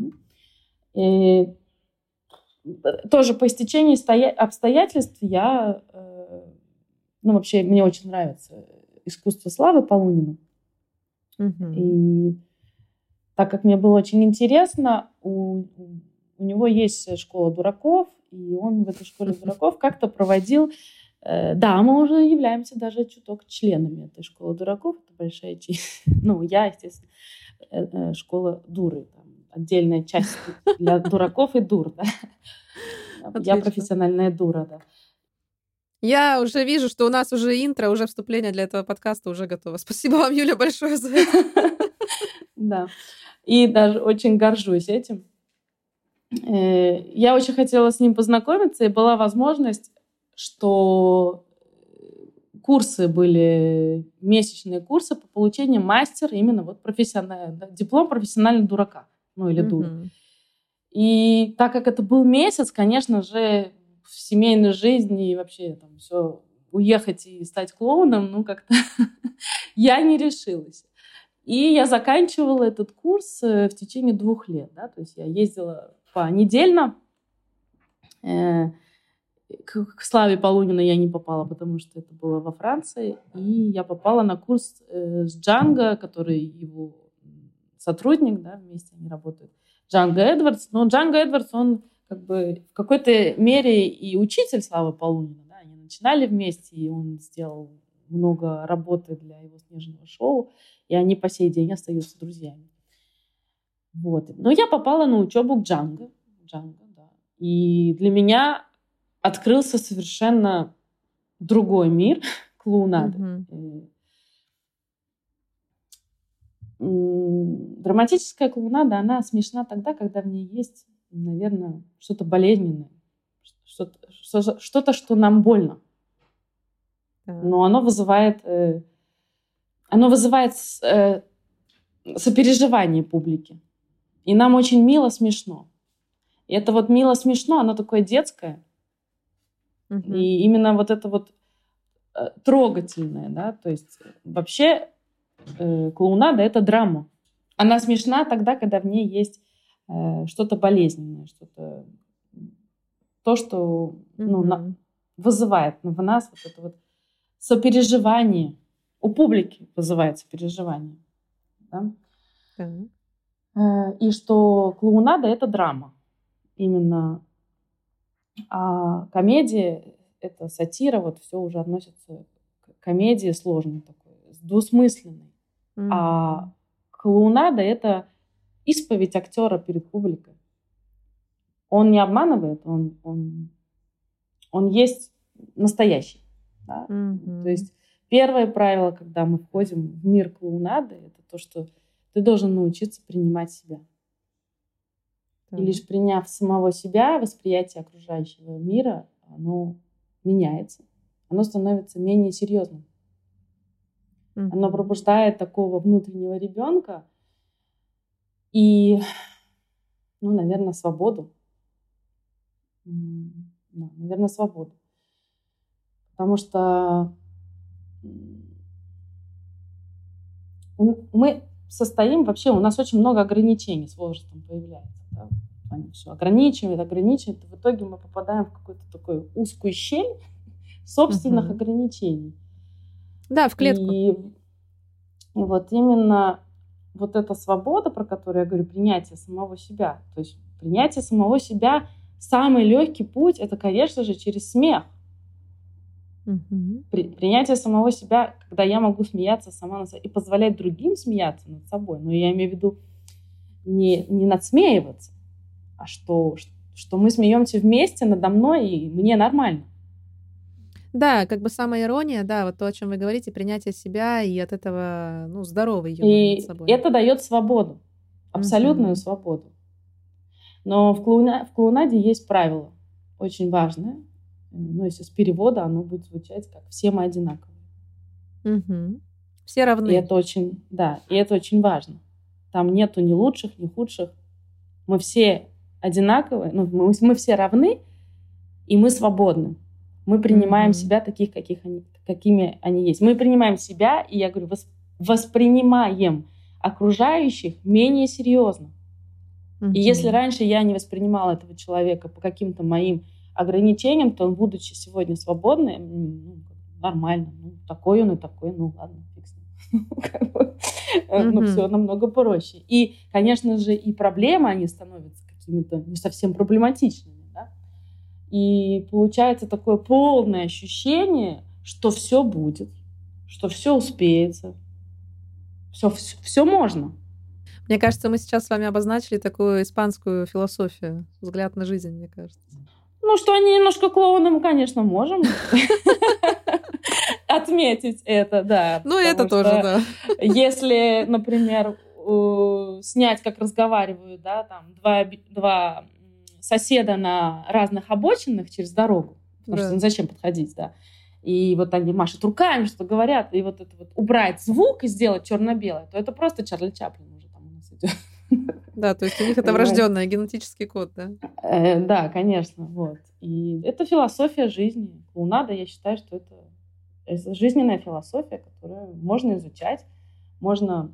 [SPEAKER 2] И тоже по истечении обстоятельств я... Ну, вообще, мне очень нравится искусство Славы Полунина.
[SPEAKER 1] Мгм.
[SPEAKER 2] И так как мне было очень интересно, у него есть школа дураков, и он в этой школе дураков как-то проводил... Да, мы уже являемся даже чуток членами этой школы дураков. Это большая честь. Ну, я, естественно, школа дуры. Там отдельная часть для дураков и дур. Да? Я
[SPEAKER 1] Отлично.
[SPEAKER 2] профессиональная дура, да.
[SPEAKER 1] Я уже вижу, что у нас уже интро, уже вступление для этого подкаста уже готово. Спасибо вам, Юля, большое за это.
[SPEAKER 2] Да. И даже очень горжусь этим. Я очень хотела с ним познакомиться, и была возможность, что курсы были, месячные курсы по получению мастера, именно вот диплом профессионального дурака, ну или дуры.
[SPEAKER 1] Мгм.
[SPEAKER 2] И так как это был месяц, конечно же, в семейной жизни и вообще там все уехать и стать клоуном, ну как-то я не решилась. И я заканчивала этот курс в течение 2 лет, да, то есть я ездила понедельно, к Славе Полуниной я не попала, потому что это было во Франции. И я попала на курс с Джанго, который его сотрудник, да, вместе они работают. Джанго Эдвардс. Но Джанго Эдвардс, он как бы в какой-то мере и учитель Славы Полунина. Да? Они начинали вместе, и он сделал много работы для его «Снежного шоу», и они по сей день остаются друзьями. Вот. Но я попала на учебу к Джанго. Джанго, да. И для меня открылся совершенно другой мир клоунады. Драматическая клоунада, она смешна тогда, когда в ней есть, наверное, что-то болезненное, что-то, что нам больно. Но оно вызывает сопереживание публики. И нам очень мило, смешно. И это вот мило, смешно, оно такое детское. И именно вот это вот трогательное, да, то есть вообще клоунада — это драма. Она смешна тогда, когда в ней есть что-то болезненное, что-то, то, что вызывает в нас вот это вот сопереживание. У публики вызывает сопереживание. Да? И что клоунада — это драма. Именно. А комедия — это сатира, вот все уже относится к комедии сложной такой, двусмысленной. А клоунада — это исповедь актера перед публикой. Он не обманывает, он есть настоящий. Да? То есть первое правило, когда мы входим в мир клоунады, это то, что ты должен научиться принимать себя. И лишь приняв самого себя, восприятие окружающего мира, оно меняется. Оно становится менее серьезным. Оно пробуждает такого внутреннего ребенка и, наверное, свободу. Да, наверное, свободу. Потому что мы состоим вообще, у нас очень много ограничений с возрастом появляется. Да? Они все ограничивают. В итоге мы попадаем в какую-то такую узкую щель собственных ограничений.
[SPEAKER 1] Да, в клетку.
[SPEAKER 2] И вот именно вот эта свобода, про которую я говорю, принятие самого себя. То есть принятие самого себя, самый легкий путь, это, конечно же, через смех. Принятие самого себя, когда я могу смеяться сама над собой и позволять другим смеяться над собой. Но я имею в виду не надсмеиваться, а что мы смеемся вместе надо мной, и мне нормально.
[SPEAKER 1] Да, как бы самоирония, да, вот то, о чем вы говорите, принятие себя и от этого, здоровый юмор над собой.
[SPEAKER 2] И это дает свободу, абсолютную свободу. Но в клоунаде есть правило, очень важное. Если с перевода оно будет звучать как «все мы одинаковые».
[SPEAKER 1] Все равны.
[SPEAKER 2] И это очень важно. Там нету ни лучших, ни худших. Мы все одинаковые, мы все равны, и мы свободны. Мы принимаем себя таких, какими они есть. Мы принимаем себя, и я говорю, воспринимаем окружающих менее серьезно. И если раньше я не воспринимала этого человека по каким-то моим ограничениям, то он, будучи сегодня свободным, нормально. Такой он и такой, ладно, фиг с ним. Все намного проще. И, конечно же, и проблемы, они становятся какими-то не совсем проблематичными. Да? И получается такое полное ощущение, что все будет, что все успеется, все можно.
[SPEAKER 1] Мне кажется, мы сейчас с вами обозначили такую испанскую философию, взгляд на жизнь, мне кажется.
[SPEAKER 2] Что они немножко клоуны, мы, конечно, можем отметить это, да.
[SPEAKER 1] Это тоже, да.
[SPEAKER 2] Если, например, снять, как разговаривают, да, там два соседа на разных обочинах через дорогу, потому что зачем подходить, да, и вот они машут руками, что-то говорят, и вот это вот убрать звук и сделать черно-белое, то это просто Чарли Чаплин уже там у нас идет.
[SPEAKER 1] Да, то есть у них это врожденный генетический код, да?
[SPEAKER 2] Да, конечно, вот. И это философия жизни. Клоунада, я считаю, что это жизненная философия, которую можно изучать, можно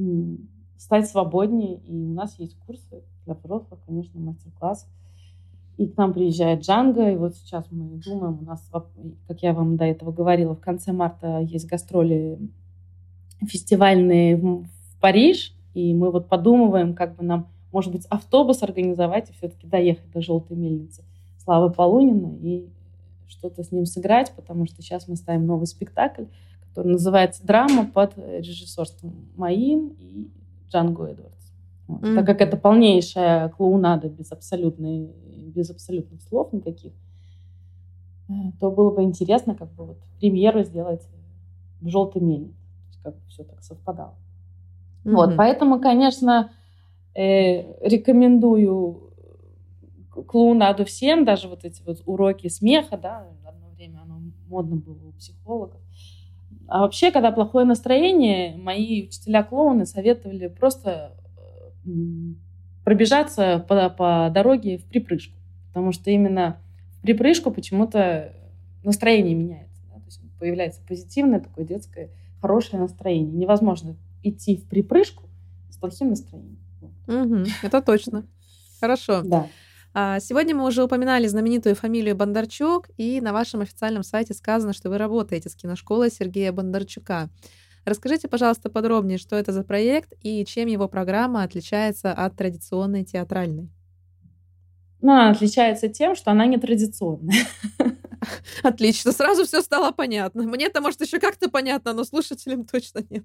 [SPEAKER 2] стать свободнее. И у нас есть курсы для взрослых, конечно, мастер-классы. И к нам приезжает Джанго, и вот сейчас мы думаем, у нас, как я вам до этого говорила, в конце марта есть гастроли фестивальные в Париж, и мы вот подумываем, как бы нам, может быть, автобус организовать и все-таки доехать до «Желтой мельницы» Славы Полунина и что-то с ним сыграть, потому что сейчас мы ставим новый спектакль, который называется «Драма» под режиссерством моим и Джанго Эдвардс. Вот. Так как это полнейшая клоунада без абсолютных слов никаких, то было бы интересно как бы вот премьеру сделать в «Желтой мельнице». То есть как бы все так совпадало. Вот, поэтому, конечно, рекомендую клоунаду всем, даже вот эти вот уроки смеха, да, одно время оно модно было у психологов. А вообще, когда плохое настроение, мои учителя-клоуны советовали просто пробежаться по дороге в припрыжку, потому что именно в припрыжку почему-то настроение меняется, да? То есть появляется позитивное такое детское хорошее настроение. Невозможно идти в припрыжку с плохим настроением.
[SPEAKER 1] Это точно. Хорошо.
[SPEAKER 2] Да.
[SPEAKER 1] Сегодня мы уже упоминали знаменитую фамилию Бондарчук, и на вашем официальном сайте сказано, что вы работаете с киношколой Сергея Бондарчука. Расскажите, пожалуйста, подробнее, что это за проект и чем его программа отличается от традиционной театральной.
[SPEAKER 2] Ну, она отличается тем, что она нетрадиционная.
[SPEAKER 1] Отлично, сразу все стало понятно. Мне-то, может, еще как-то понятно, но слушателям точно нет.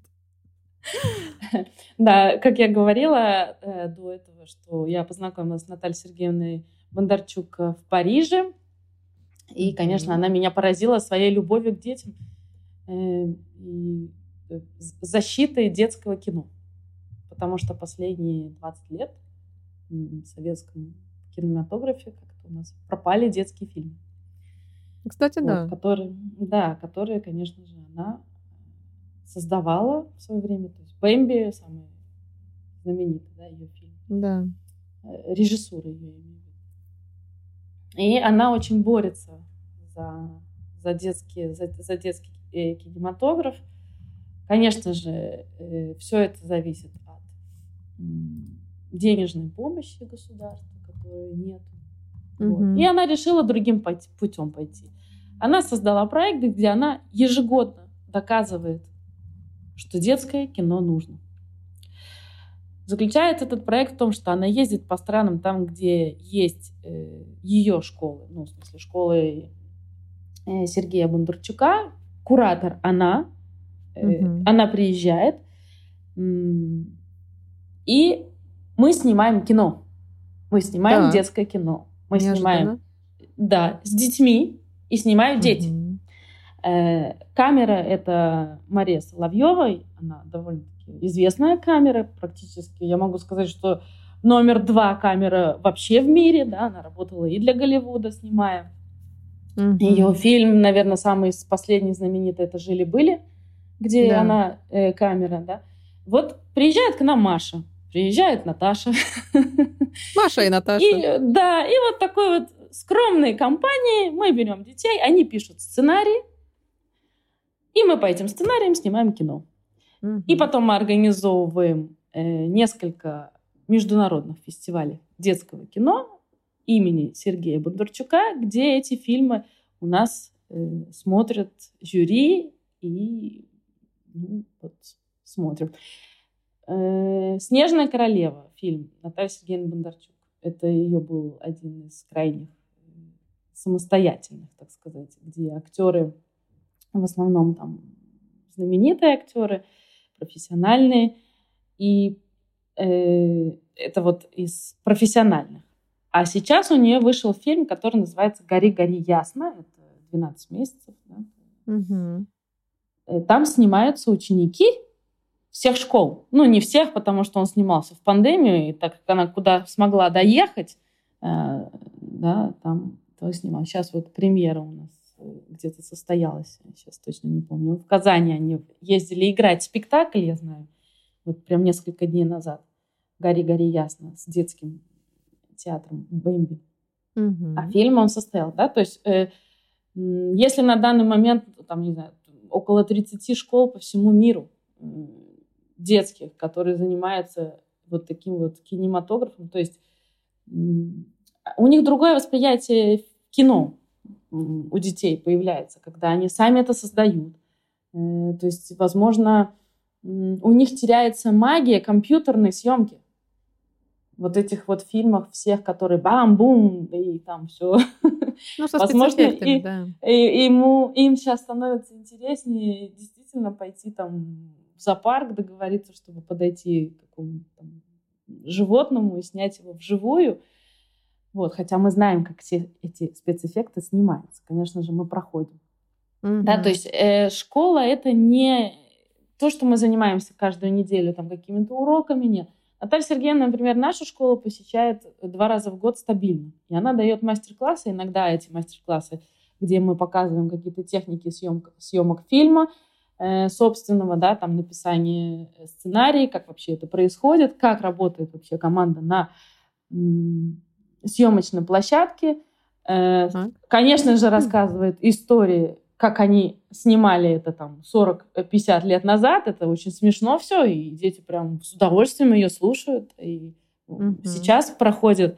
[SPEAKER 2] Да, как я говорила до этого, что я познакомилась с Натальей Сергеевной Бондарчук в Париже. И, конечно, она меня поразила своей любовью к детям и защитой детского кино. Потому что последние 20 лет в советском кинематографе как-то у нас пропали детские фильмы.
[SPEAKER 1] Кстати, да.
[SPEAKER 2] Которые, конечно же, она создавала в свое время. То есть «Бэмби» самый знаменитый, да, ее фильм.
[SPEAKER 1] Да.
[SPEAKER 2] Режиссура ее имеет. И она очень борется за детский кинематограф. Конечно же, все это зависит от денежной помощи государства, которой нет. Вот. И она решила другим путем пойти. Она создала проект, где она ежегодно доказывает, что детское кино нужно. Заключается этот проект в том, что она ездит по странам, там, где есть ее школы, ну, в смысле, школы Сергея Бондарчука. Куратор она приезжает, и мы снимаем кино. Мы снимаем детское кино. Мы снимаем с детьми, и снимают дети. Камера — это Мария Соловьева, она довольно-таки известная камера, практически, я могу сказать, что номер 2 камера вообще в мире, да, она работала и для Голливуда, снимая. Ее фильм, наверное, самый последний знаменитый — это «Жили-были», где она камера, да. Вот приезжает к нам Маша, приезжает Наташа.
[SPEAKER 1] Маша и Наташа.
[SPEAKER 2] И вот такой вот скромной компании мы берем детей, они пишут сценарий, и мы по этим сценариям снимаем кино. И потом мы организовываем несколько международных фестивалей детского кино имени Сергея Бондарчука, где эти фильмы у нас смотрят жюри и смотрят. «Снежная королева» фильм Натальи Сергеевны Бондарчук. Это ее был один из крайних самостоятельных, так сказать, где актеры в основном там знаменитые актеры, профессиональные. И это вот из профессиональных. А сейчас у нее вышел фильм, который называется «Гори, гори, ясно». Это 12 месяцев. Да? Там снимаются ученики всех школ. Ну, не всех, потому что он снимался в пандемию, и так как она куда смогла доехать, там то снимал. Сейчас вот премьера у нас где-то состоялась, сейчас точно не помню. В Казани они ездили играть спектакль, я знаю, вот прям несколько дней назад. «Гори, гори, ясно», с детским театром «Бэмби». А фильм он состоял, да, то есть если на данный момент, там, не знаю, около 30 школ по всему миру детских, которые занимаются вот таким вот кинематографом, то есть у них другое восприятие кино у детей появляется, когда они сами это создают. То есть, возможно, у них теряется магия компьютерной съемки. Вот этих вот фильмах всех, которые бам-бум, и там все.
[SPEAKER 1] Ну, со
[SPEAKER 2] Возможно,
[SPEAKER 1] спецэффектами, да.
[SPEAKER 2] им сейчас становится интереснее действительно пойти там в зоопарк, договориться, чтобы подойти к какому-то там животному и снять его вживую. Вот, хотя мы знаем, как все эти спецэффекты снимаются. Конечно же, мы проходим. Да, то есть школа — это не то, что мы занимаемся каждую неделю там какими-то уроками, нет. Наталья Сергеевна, например, нашу школу посещает 2 раза в год стабильно. И она дает мастер-классы, иногда эти мастер-классы, где мы показываем какие-то техники съемок фильма собственного, да, там написание сценария, как вообще это происходит, как работает вообще команда на съемочной площадке. Конечно же, рассказывает истории, как они снимали это там 40-50 лет назад. Это очень смешно все, и дети прям с удовольствием ее слушают. И сейчас проходит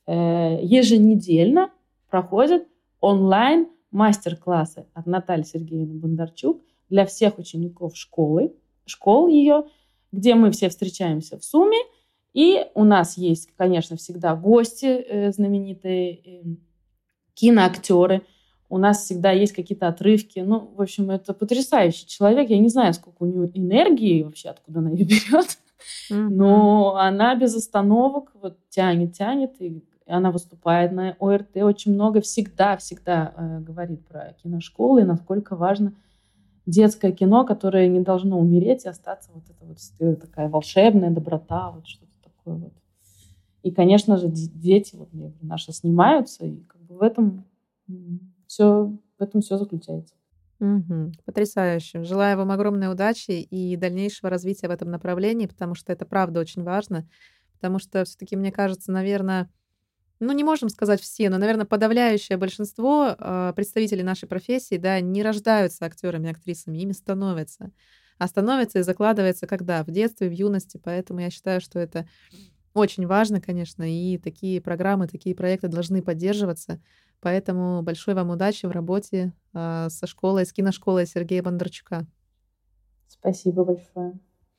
[SPEAKER 2] еженедельно проходят онлайн мастер-классы от Натальи Сергеевны Бондарчук для всех учеников школ ее, где мы все встречаемся в Суме. И у нас есть, конечно, всегда гости, знаменитые киноактеры. У нас всегда есть какие-то отрывки. Ну, в общем, это потрясающий человек. Я не знаю, сколько у него энергии вообще, откуда она ее берет. Но она без остановок вот тянет. И она выступает на ОРТ очень много. Всегда говорит про киношколы и насколько важно детское кино, которое не должно умереть и остаться вот это вот такая волшебная доброта, вот что-то такое вот. И, конечно же, дети вот наши снимаются, и как бы в этом все заключается.
[SPEAKER 1] Потрясающе. Желаю вам огромной удачи и дальнейшего развития в этом направлении, потому что это правда очень важно. Потому что все-таки, мне кажется, наверное, ну, не можем сказать все, но, наверное, подавляющее большинство представителей нашей профессии, да, не рождаются актерами, актрисами, ими становятся. А становятся и закладывается когда? В детстве, в юности. Поэтому я считаю, что это очень важно, конечно, и такие программы, такие проекты должны поддерживаться. Поэтому большой вам удачи в работе со школой, с киношколой Сергея Бондарчука.
[SPEAKER 2] Спасибо большое.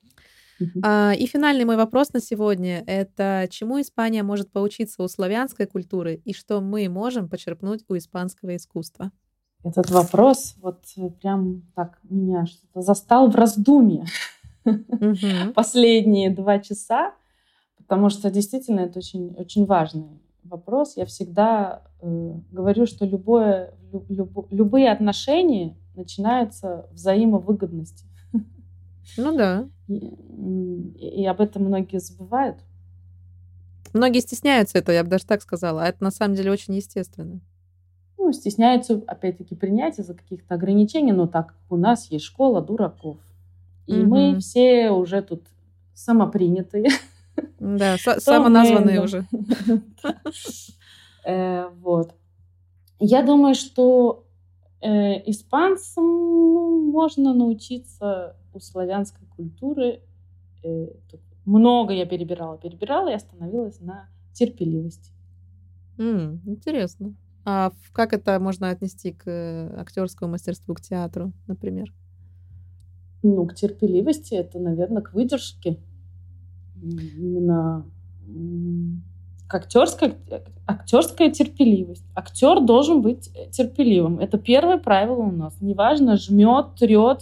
[SPEAKER 1] И финальный мой вопрос на сегодня — это чему Испания может поучиться у славянской культуры и что мы можем почерпнуть у испанского искусства?
[SPEAKER 2] Этот вопрос вот прям так меня что-то застал в раздумье последние 2 часа, потому что действительно это очень, очень важный вопрос. Я всегда говорю, что любые отношения начинаются взаимовыгодности.
[SPEAKER 1] Ну да.
[SPEAKER 2] И об этом многие забывают.
[SPEAKER 1] Многие стесняются этого, я бы даже так сказала. А это на самом деле очень естественно.
[SPEAKER 2] Ну, стесняются, опять-таки, принять из-за каких-то ограничений. Но так как у нас есть школа дураков. И мы все уже тут самопринятые.
[SPEAKER 1] Да, самоназванные уже.
[SPEAKER 2] Вот. Я думаю, что испанцам можно научиться у славянской культуры. Много я перебирала и остановилась на терпеливости.
[SPEAKER 1] Интересно. А как это можно отнести к актерскому мастерству, к театру, например?
[SPEAKER 2] Ну, к терпеливости это, наверное, к выдержке. Именно актерская терпеливость. Актер должен быть терпеливым. Это первое правило у нас. Неважно, жмет, трет,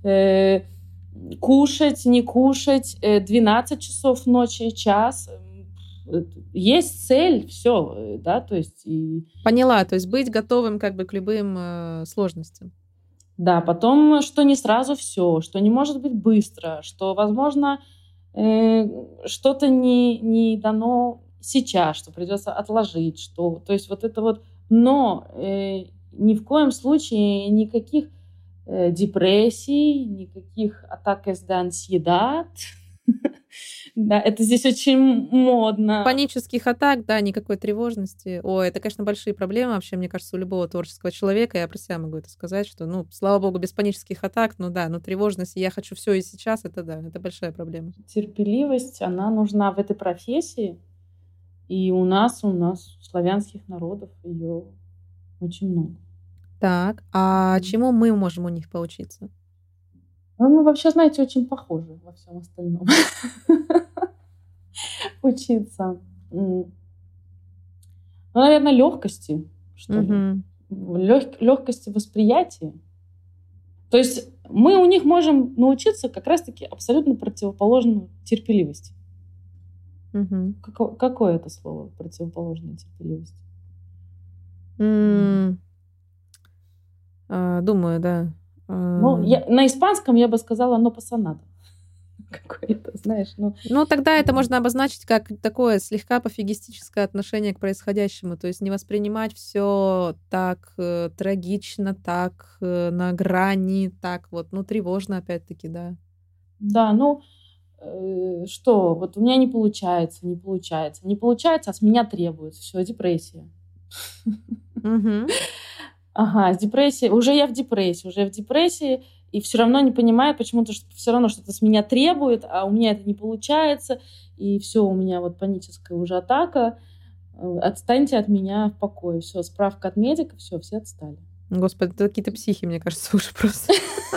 [SPEAKER 2] кушать, не кушать, 12 часов ночи, час. Есть цель, все, да, то есть...
[SPEAKER 1] Поняла, то есть быть готовым как бы к любым сложностям.
[SPEAKER 2] Да, потом, что не сразу все, что не может быть быстро, что, возможно, что-то не дано сейчас, что придется отложить, что... То есть вот это вот... Но ни в коем случае никаких депрессий, никаких атакес де ансьедад. Да, это здесь очень модно.
[SPEAKER 1] Панических атак, да, никакой тревожности. Ой, это, конечно, большие проблемы вообще, мне кажется, у любого творческого человека. Я про себя могу это сказать, что, ну, слава богу, без панических атак, ну да, но тревожность, я хочу все и сейчас, это да, это большая проблема.
[SPEAKER 2] Терпеливость, она нужна в этой профессии. И у нас, славянских народов, ее очень много.
[SPEAKER 1] Так, а чему мы можем у них поучиться?
[SPEAKER 2] Мы вообще, знаете, очень похожи во всем остальном. Учиться. Ну, наверное, легкости, что ли. Легкости восприятия. То есть мы у них можем научиться как раз-таки абсолютно противоположной терпеливости. Какое это слово, противоположная терпеливость?
[SPEAKER 1] Думаю, да.
[SPEAKER 2] Ну, на испанском я бы сказала «no pasa nada». Какое-то, знаешь,
[SPEAKER 1] Ну, тогда это можно обозначить как такое слегка пофигистическое отношение к происходящему. То есть не воспринимать все так трагично, так на грани, так вот, тревожно опять-таки, да.
[SPEAKER 2] Да, что, вот у меня не получается, а с меня требуется. Все, депрессия. Ага, уже я в депрессии, и все равно не понимаю, почему-то все равно что-то с меня требует, а у меня это не получается, и все, у меня вот паническая уже атака. Отстаньте от меня в покое. Все, справка от медика, все отстали.
[SPEAKER 1] Господи, это какие-то психи, мне кажется, уже просто.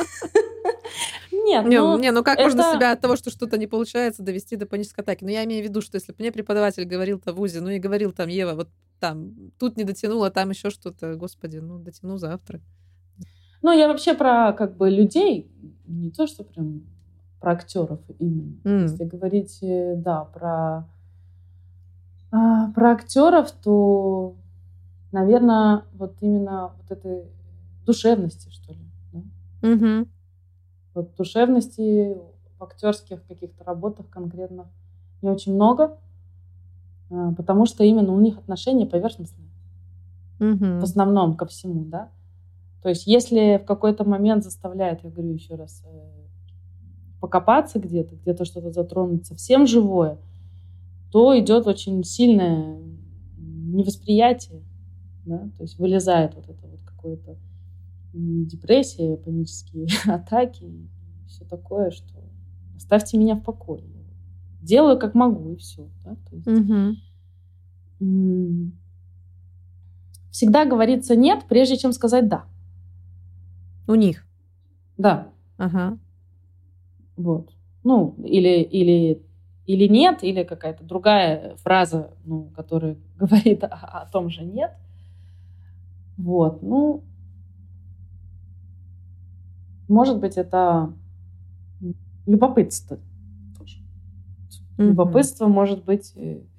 [SPEAKER 2] Нет,
[SPEAKER 1] как можно себя от того, что что-то не получается, довести до панической атаки? Я имею в виду, что если бы мне преподаватель говорил-то в ВУЗе, и говорил там, Ева, вот там, тут не дотянула, там еще что-то, господи, дотяну завтра.
[SPEAKER 2] Я вообще про людей, не то, что прям про актеров именно. Если говорить, да, про актеров, то, наверное, вот именно вот этой душевности, что ли. Да? Вот душевности в актерских каких-то работах конкретно не очень много, потому что именно у них отношения поверхностные. В основном ко всему, да. То есть если в какой-то момент заставляет, я говорю еще раз, покопаться где-то что-то затронуть совсем живое, то идет очень сильное невосприятие, да, то есть вылезает вот это вот какое-то депрессия, панические атаки и все такое, что оставьте меня в покое. Делаю как могу, и все. Да? То есть, всегда говорится нет, прежде чем сказать да.
[SPEAKER 1] У них?
[SPEAKER 2] Да.
[SPEAKER 1] Ага.
[SPEAKER 2] Вот. Или нет, или какая-то другая фраза, которая говорит о том же нет. Вот. Может быть, это любопытство тоже. Любопытство может быть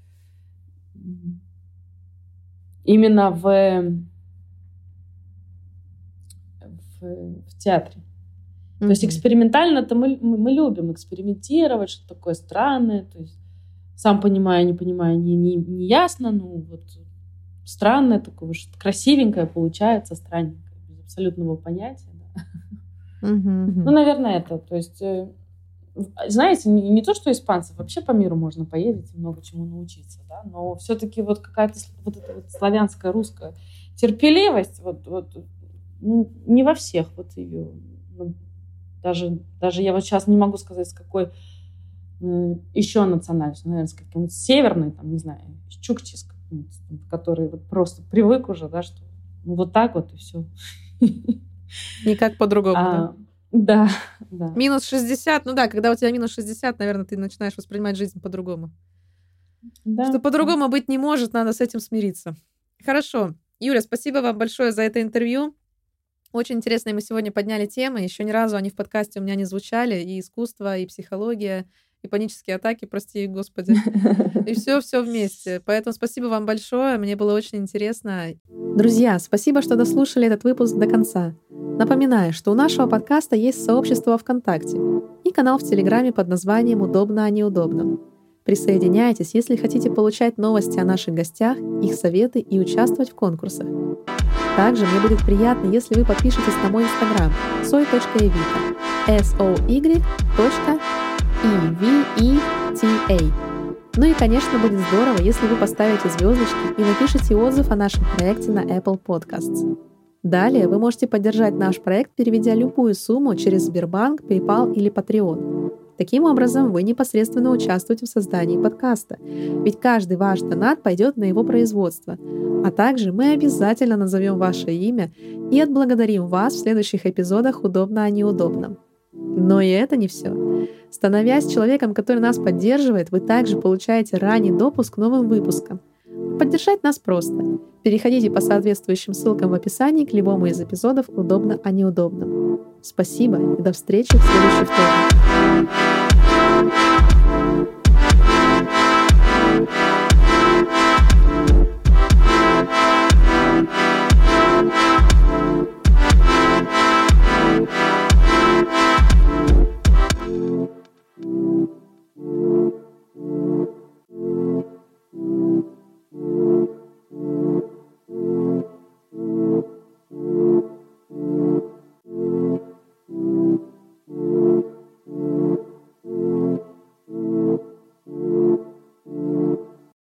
[SPEAKER 2] именно в театре. То есть экспериментально-то мы любим экспериментировать, что такое странное. То есть сам понимаю, не понимаю, не ясно, странное такое, что красивенькое получается, странненькое, без абсолютного понятия. Да. Наверное, это. То есть, знаете, не то, что испанцев, вообще по миру можно поездить и много чему научиться, да, но все-таки вот какая-то вот эта вот славянская, русская терпеливость, не во всех вот ее. Даже я вот сейчас не могу сказать, с какой еще национальностью, наверное, с каким-нибудь северной, там, не знаю, с чукчей, который вот просто привык уже, да, что вот так вот и все.
[SPEAKER 1] Никак по-другому,
[SPEAKER 2] да? Да.
[SPEAKER 1] Минус 60, когда у тебя минус 60, наверное, ты начинаешь воспринимать жизнь по-другому.
[SPEAKER 2] Да.
[SPEAKER 1] Что по-другому быть не может, надо с этим смириться. Хорошо. Юля, спасибо вам большое за это интервью. Очень интересные мы сегодня подняли темы. Еще ни разу они в подкасте у меня не звучали. И искусство, и психология, и панические атаки, прости, Господи. И все вместе. Поэтому спасибо вам большое. Мне было очень интересно. Друзья, спасибо, что дослушали этот выпуск до конца. Напоминаю, что у нашего подкаста есть сообщество ВКонтакте и канал в Телеграме под названием «Удобно о неудобном». Присоединяйтесь, если хотите получать новости о наших гостях, их советы и участвовать в конкурсах. Также мне будет приятно, если вы подпишетесь на мой инстаграм soy.evita soy.evita. И, конечно, будет здорово, если вы поставите звездочки и напишите отзыв о нашем проекте на Apple Podcasts. Далее вы можете поддержать наш проект, переведя любую сумму через Сбербанк, PayPal или Patreon. Таким образом, вы непосредственно участвуете в создании подкаста, ведь каждый ваш донат пойдет на его производство. А также мы обязательно назовем ваше имя и отблагодарим вас в следующих эпизодах «Удобно, а неудобно». Но и это не все. Становясь человеком, который нас поддерживает, вы также получаете ранний допуск к новым выпускам. Поддержать нас просто. Переходите по соответствующим ссылкам в описании к любому из эпизодов «Удобно, а неудобно». Спасибо и до встречи в следующий вторник.